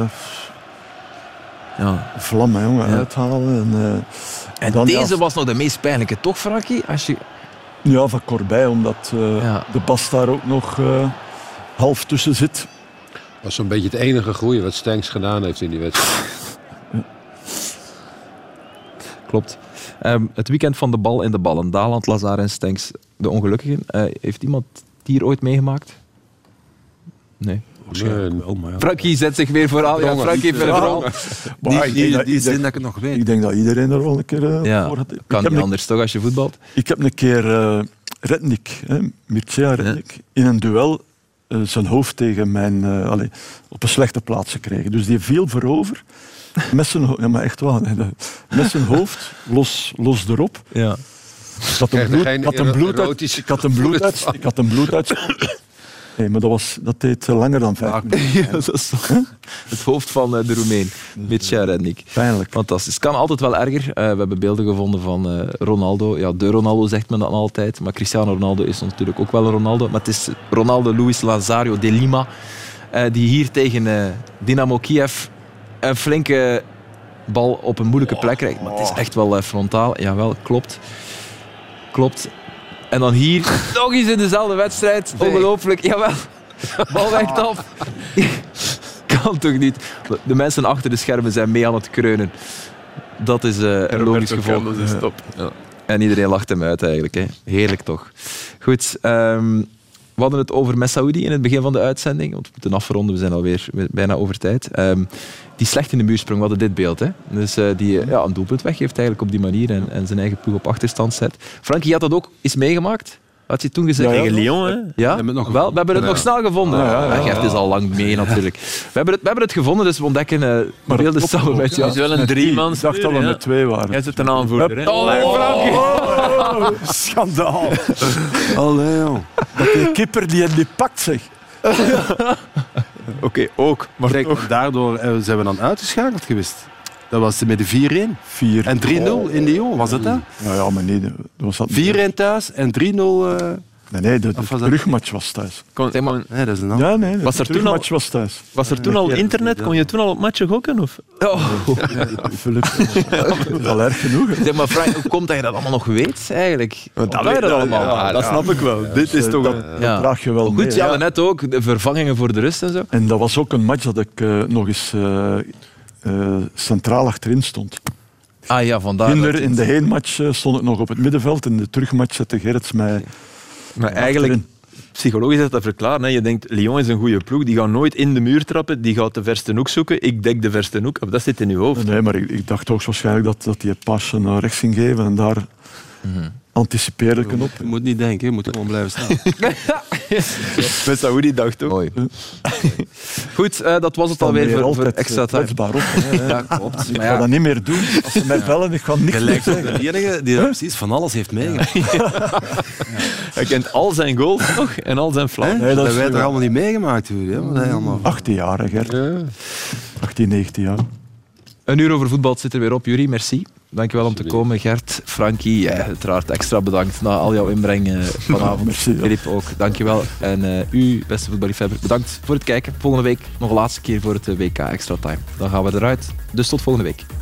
Speaker 4: ja, vlam, hè, jongen, ja. uithalen. En, uh,
Speaker 2: en, en dan deze als... was nog de meest pijnlijke, toch, Frankie? Als je...
Speaker 4: Ja, van Corbij, omdat uh, ja. de Bas daar ook nog uh, half tussen zit.
Speaker 5: Dat was zo'n beetje het enige goeie wat Stenks gedaan heeft in die wedstrijd.
Speaker 2: Ja. Klopt. Um, het weekend van de bal in de ballen. Daland, Lazare en Stenks, de ongelukkigen. Uh, heeft iemand die hier ooit meegemaakt? Nee.
Speaker 3: Waarschijnlijk wel, maar ja.
Speaker 2: Frankie zet zich weer vooraan. Ja, Frankie heeft een
Speaker 4: Ja. Maar
Speaker 3: Die,
Speaker 4: ik denk
Speaker 3: die,
Speaker 4: dat
Speaker 3: die
Speaker 4: ieder-
Speaker 3: zin dat ik het nog weet.
Speaker 4: Ik denk dat iedereen er wel een keer uh,
Speaker 2: Ja,
Speaker 4: voor had. Ik
Speaker 2: kan
Speaker 4: heb
Speaker 2: niet
Speaker 4: een-
Speaker 2: anders toch als je voetbalt?
Speaker 4: Ik heb een keer uh, Rednik, hè, Mircea Rednik, in een duel uh, zijn hoofd tegen mijn, uh, allez, op een slechte plaats gekregen. Dus die viel voorover, met zijn, ho- ja, maar echt wel, hè, met zijn hoofd los, los erop.
Speaker 2: Ja.
Speaker 4: Ik had een,
Speaker 5: Krijg je
Speaker 4: bloed,
Speaker 5: geen
Speaker 4: ik had een, bloeduit,
Speaker 5: erotische
Speaker 4: ik had een bloeduit, ik had een bloeduit. Nee, maar dat, was, dat deed uh, langer dan vijf minuten.
Speaker 2: Ja, dat is toch het hoofd van uh, de Roemeen, Mircea Rednik.
Speaker 4: Pijnlijk.
Speaker 2: Fantastisch. Het kan altijd wel erger. Uh, we hebben beelden gevonden van uh, Ronaldo. Ja, de Ronaldo zegt men dan altijd. Maar Cristiano Ronaldo is natuurlijk ook wel een Ronaldo. Maar het is Ronaldo Luis Nazario de Lima. Uh, die hier tegen uh, Dynamo Kiev een flinke bal op een moeilijke plek krijgt. Maar het is echt wel uh, frontaal. Jawel, klopt. Klopt. En dan hier nog eens in dezelfde wedstrijd. Ongelooflijk. Jawel. Bal weg af. Kan toch niet? De mensen achter de schermen zijn mee aan het kreunen. Dat is uh, een logisch gevolg. Ja. En iedereen lacht hem uit eigenlijk. Hè. Heerlijk toch. Goed. Um, we hadden het over Messaoudi in het begin van de uitzending. Want we moeten afronden. We zijn alweer bijna over tijd. Um, die slecht in de muur sprong. We hadden dit beeld. Hè. Dus uh, die uh, ja, een doelpunt weggeeft eigenlijk op die manier. En, en zijn eigen ploeg op achterstand zet. Frankie had dat ook eens meegemaakt. Had je toen gezegd?
Speaker 4: Ja, ja.
Speaker 6: Tegen Lyon, hè?
Speaker 2: Ja,
Speaker 3: We hebben het nog
Speaker 2: wel, we hebben het
Speaker 3: ja.
Speaker 2: nog snel gevonden.
Speaker 4: Ah, ja, ja, ja.
Speaker 2: Hij geeft dus al lang mee natuurlijk. We hebben het, we hebben het gevonden, dus we ontdekken uh,
Speaker 4: Maar
Speaker 2: beelden
Speaker 4: dat klopt
Speaker 2: samen
Speaker 4: ook.
Speaker 2: met
Speaker 6: Het
Speaker 2: jou.
Speaker 6: is wel een
Speaker 4: Met
Speaker 6: drie-man
Speaker 4: Ik dacht dat we
Speaker 6: ja.
Speaker 4: met twee waren.
Speaker 6: Jij zit een aanvoerder, hè?
Speaker 2: Oh, Frankie!
Speaker 4: Oh, schandaal.
Speaker 3: Allee, joh.
Speaker 4: Dat die kipper die het niet pakt, zeg.
Speaker 6: Oké, okay, ook. Maar
Speaker 3: Kijk,
Speaker 6: toch.
Speaker 3: daardoor eh, zijn we dan uitgeschakeld geweest. Dat was met de vier-één.
Speaker 4: Vier.
Speaker 3: En drie nul in Lyon, was het dat?
Speaker 4: Ja, ja, maar nee. Dat was dat
Speaker 3: vier-één thuis en drie nul... Uh...
Speaker 4: Nee, nee, de, de
Speaker 3: Of was dat-
Speaker 4: terugmatch was thuis.
Speaker 6: Kon,
Speaker 2: Zeg maar,
Speaker 3: Nee, dat is een ander.
Speaker 4: Ja, nee, de
Speaker 6: Was er toen
Speaker 4: terugmatch was thuis.
Speaker 6: was er toen al internet? Kon je toen al op matchen gokken? Of?
Speaker 2: oh.
Speaker 4: Philip, dat is al erg genoeg. Hè.
Speaker 2: Zeg maar, Frank, hoe komt dat je dat allemaal nog weet, eigenlijk? Hoe
Speaker 6: dat
Speaker 2: weet je dat allemaal?
Speaker 6: Ja, dat snap ik wel. Dit is toch...
Speaker 4: dat,
Speaker 6: een-
Speaker 4: dat
Speaker 2: Ja.
Speaker 4: draag je wel
Speaker 2: Goed,
Speaker 4: mee.
Speaker 2: je had net ook de vervangingen voor de rust en zo.
Speaker 4: En dat was ook een match dat ik uh, nog eens uh, uh, centraal achterin stond.
Speaker 2: Ah ja, vandaar.
Speaker 4: Kinder,
Speaker 2: dat-
Speaker 4: in de heenmatch uh, stond ik nog op het middenveld. In de terugmatch zette Gerrits mij
Speaker 6: Maar eigenlijk,
Speaker 4: achterin.
Speaker 6: psychologisch is dat te verklaren. Hè. Je denkt, Lyon is een goede ploeg. Die gaat nooit in de muur trappen. Die gaat de verste hoek zoeken. Ik dek de verste hoek. Of dat zit in uw hoofd.
Speaker 4: Nee, maar ik, ik dacht hoogstwaarschijnlijk dat, dat die pasje naar rechts ging geven. En daar
Speaker 2: Mhm.
Speaker 4: anticipeerde ik op.
Speaker 3: Je moet niet denken, je moet gewoon blijven staan.
Speaker 6: Met Saoudi dacht toch?
Speaker 2: Mooi. Goed, uh, dat was het
Speaker 4: Dan ben
Speaker 2: alweer
Speaker 4: je
Speaker 2: voor, voor
Speaker 4: altijd
Speaker 2: extra time.
Speaker 4: kwetsbaar op. Hè.
Speaker 2: Ja, klopt.
Speaker 4: Ik
Speaker 2: Maar
Speaker 4: ga
Speaker 2: ja,
Speaker 4: dat niet meer doen. Als ze mij bellen, ik ga niks meer
Speaker 3: Gelijk
Speaker 4: zeggen.
Speaker 3: de enige die precies van alles heeft meegemaakt.
Speaker 6: Hij kent al zijn goals nog en al zijn flanken.
Speaker 4: Nee,
Speaker 3: dat
Speaker 4: dat
Speaker 3: hebben wij
Speaker 4: is
Speaker 3: toch allemaal niet meegemaakt, hoor. Ja? Wat hij allemaal...
Speaker 4: achttien jaar, hè, Gert. achttien, negentien jaar.
Speaker 2: een uur over voetbal zit er weer op. Jury, merci. Dankjewel om te komen. Gert, Frankie, ja, uiteraard extra bedankt na al jouw inbreng uh, vanavond.
Speaker 4: Merci, ja.
Speaker 2: Filip ook, dankjewel. En uh, u, beste voetballiefhebber, bedankt voor het kijken. Volgende week nog een laatste keer voor het W K Extra Time. Dan gaan we eruit. Dus tot volgende week.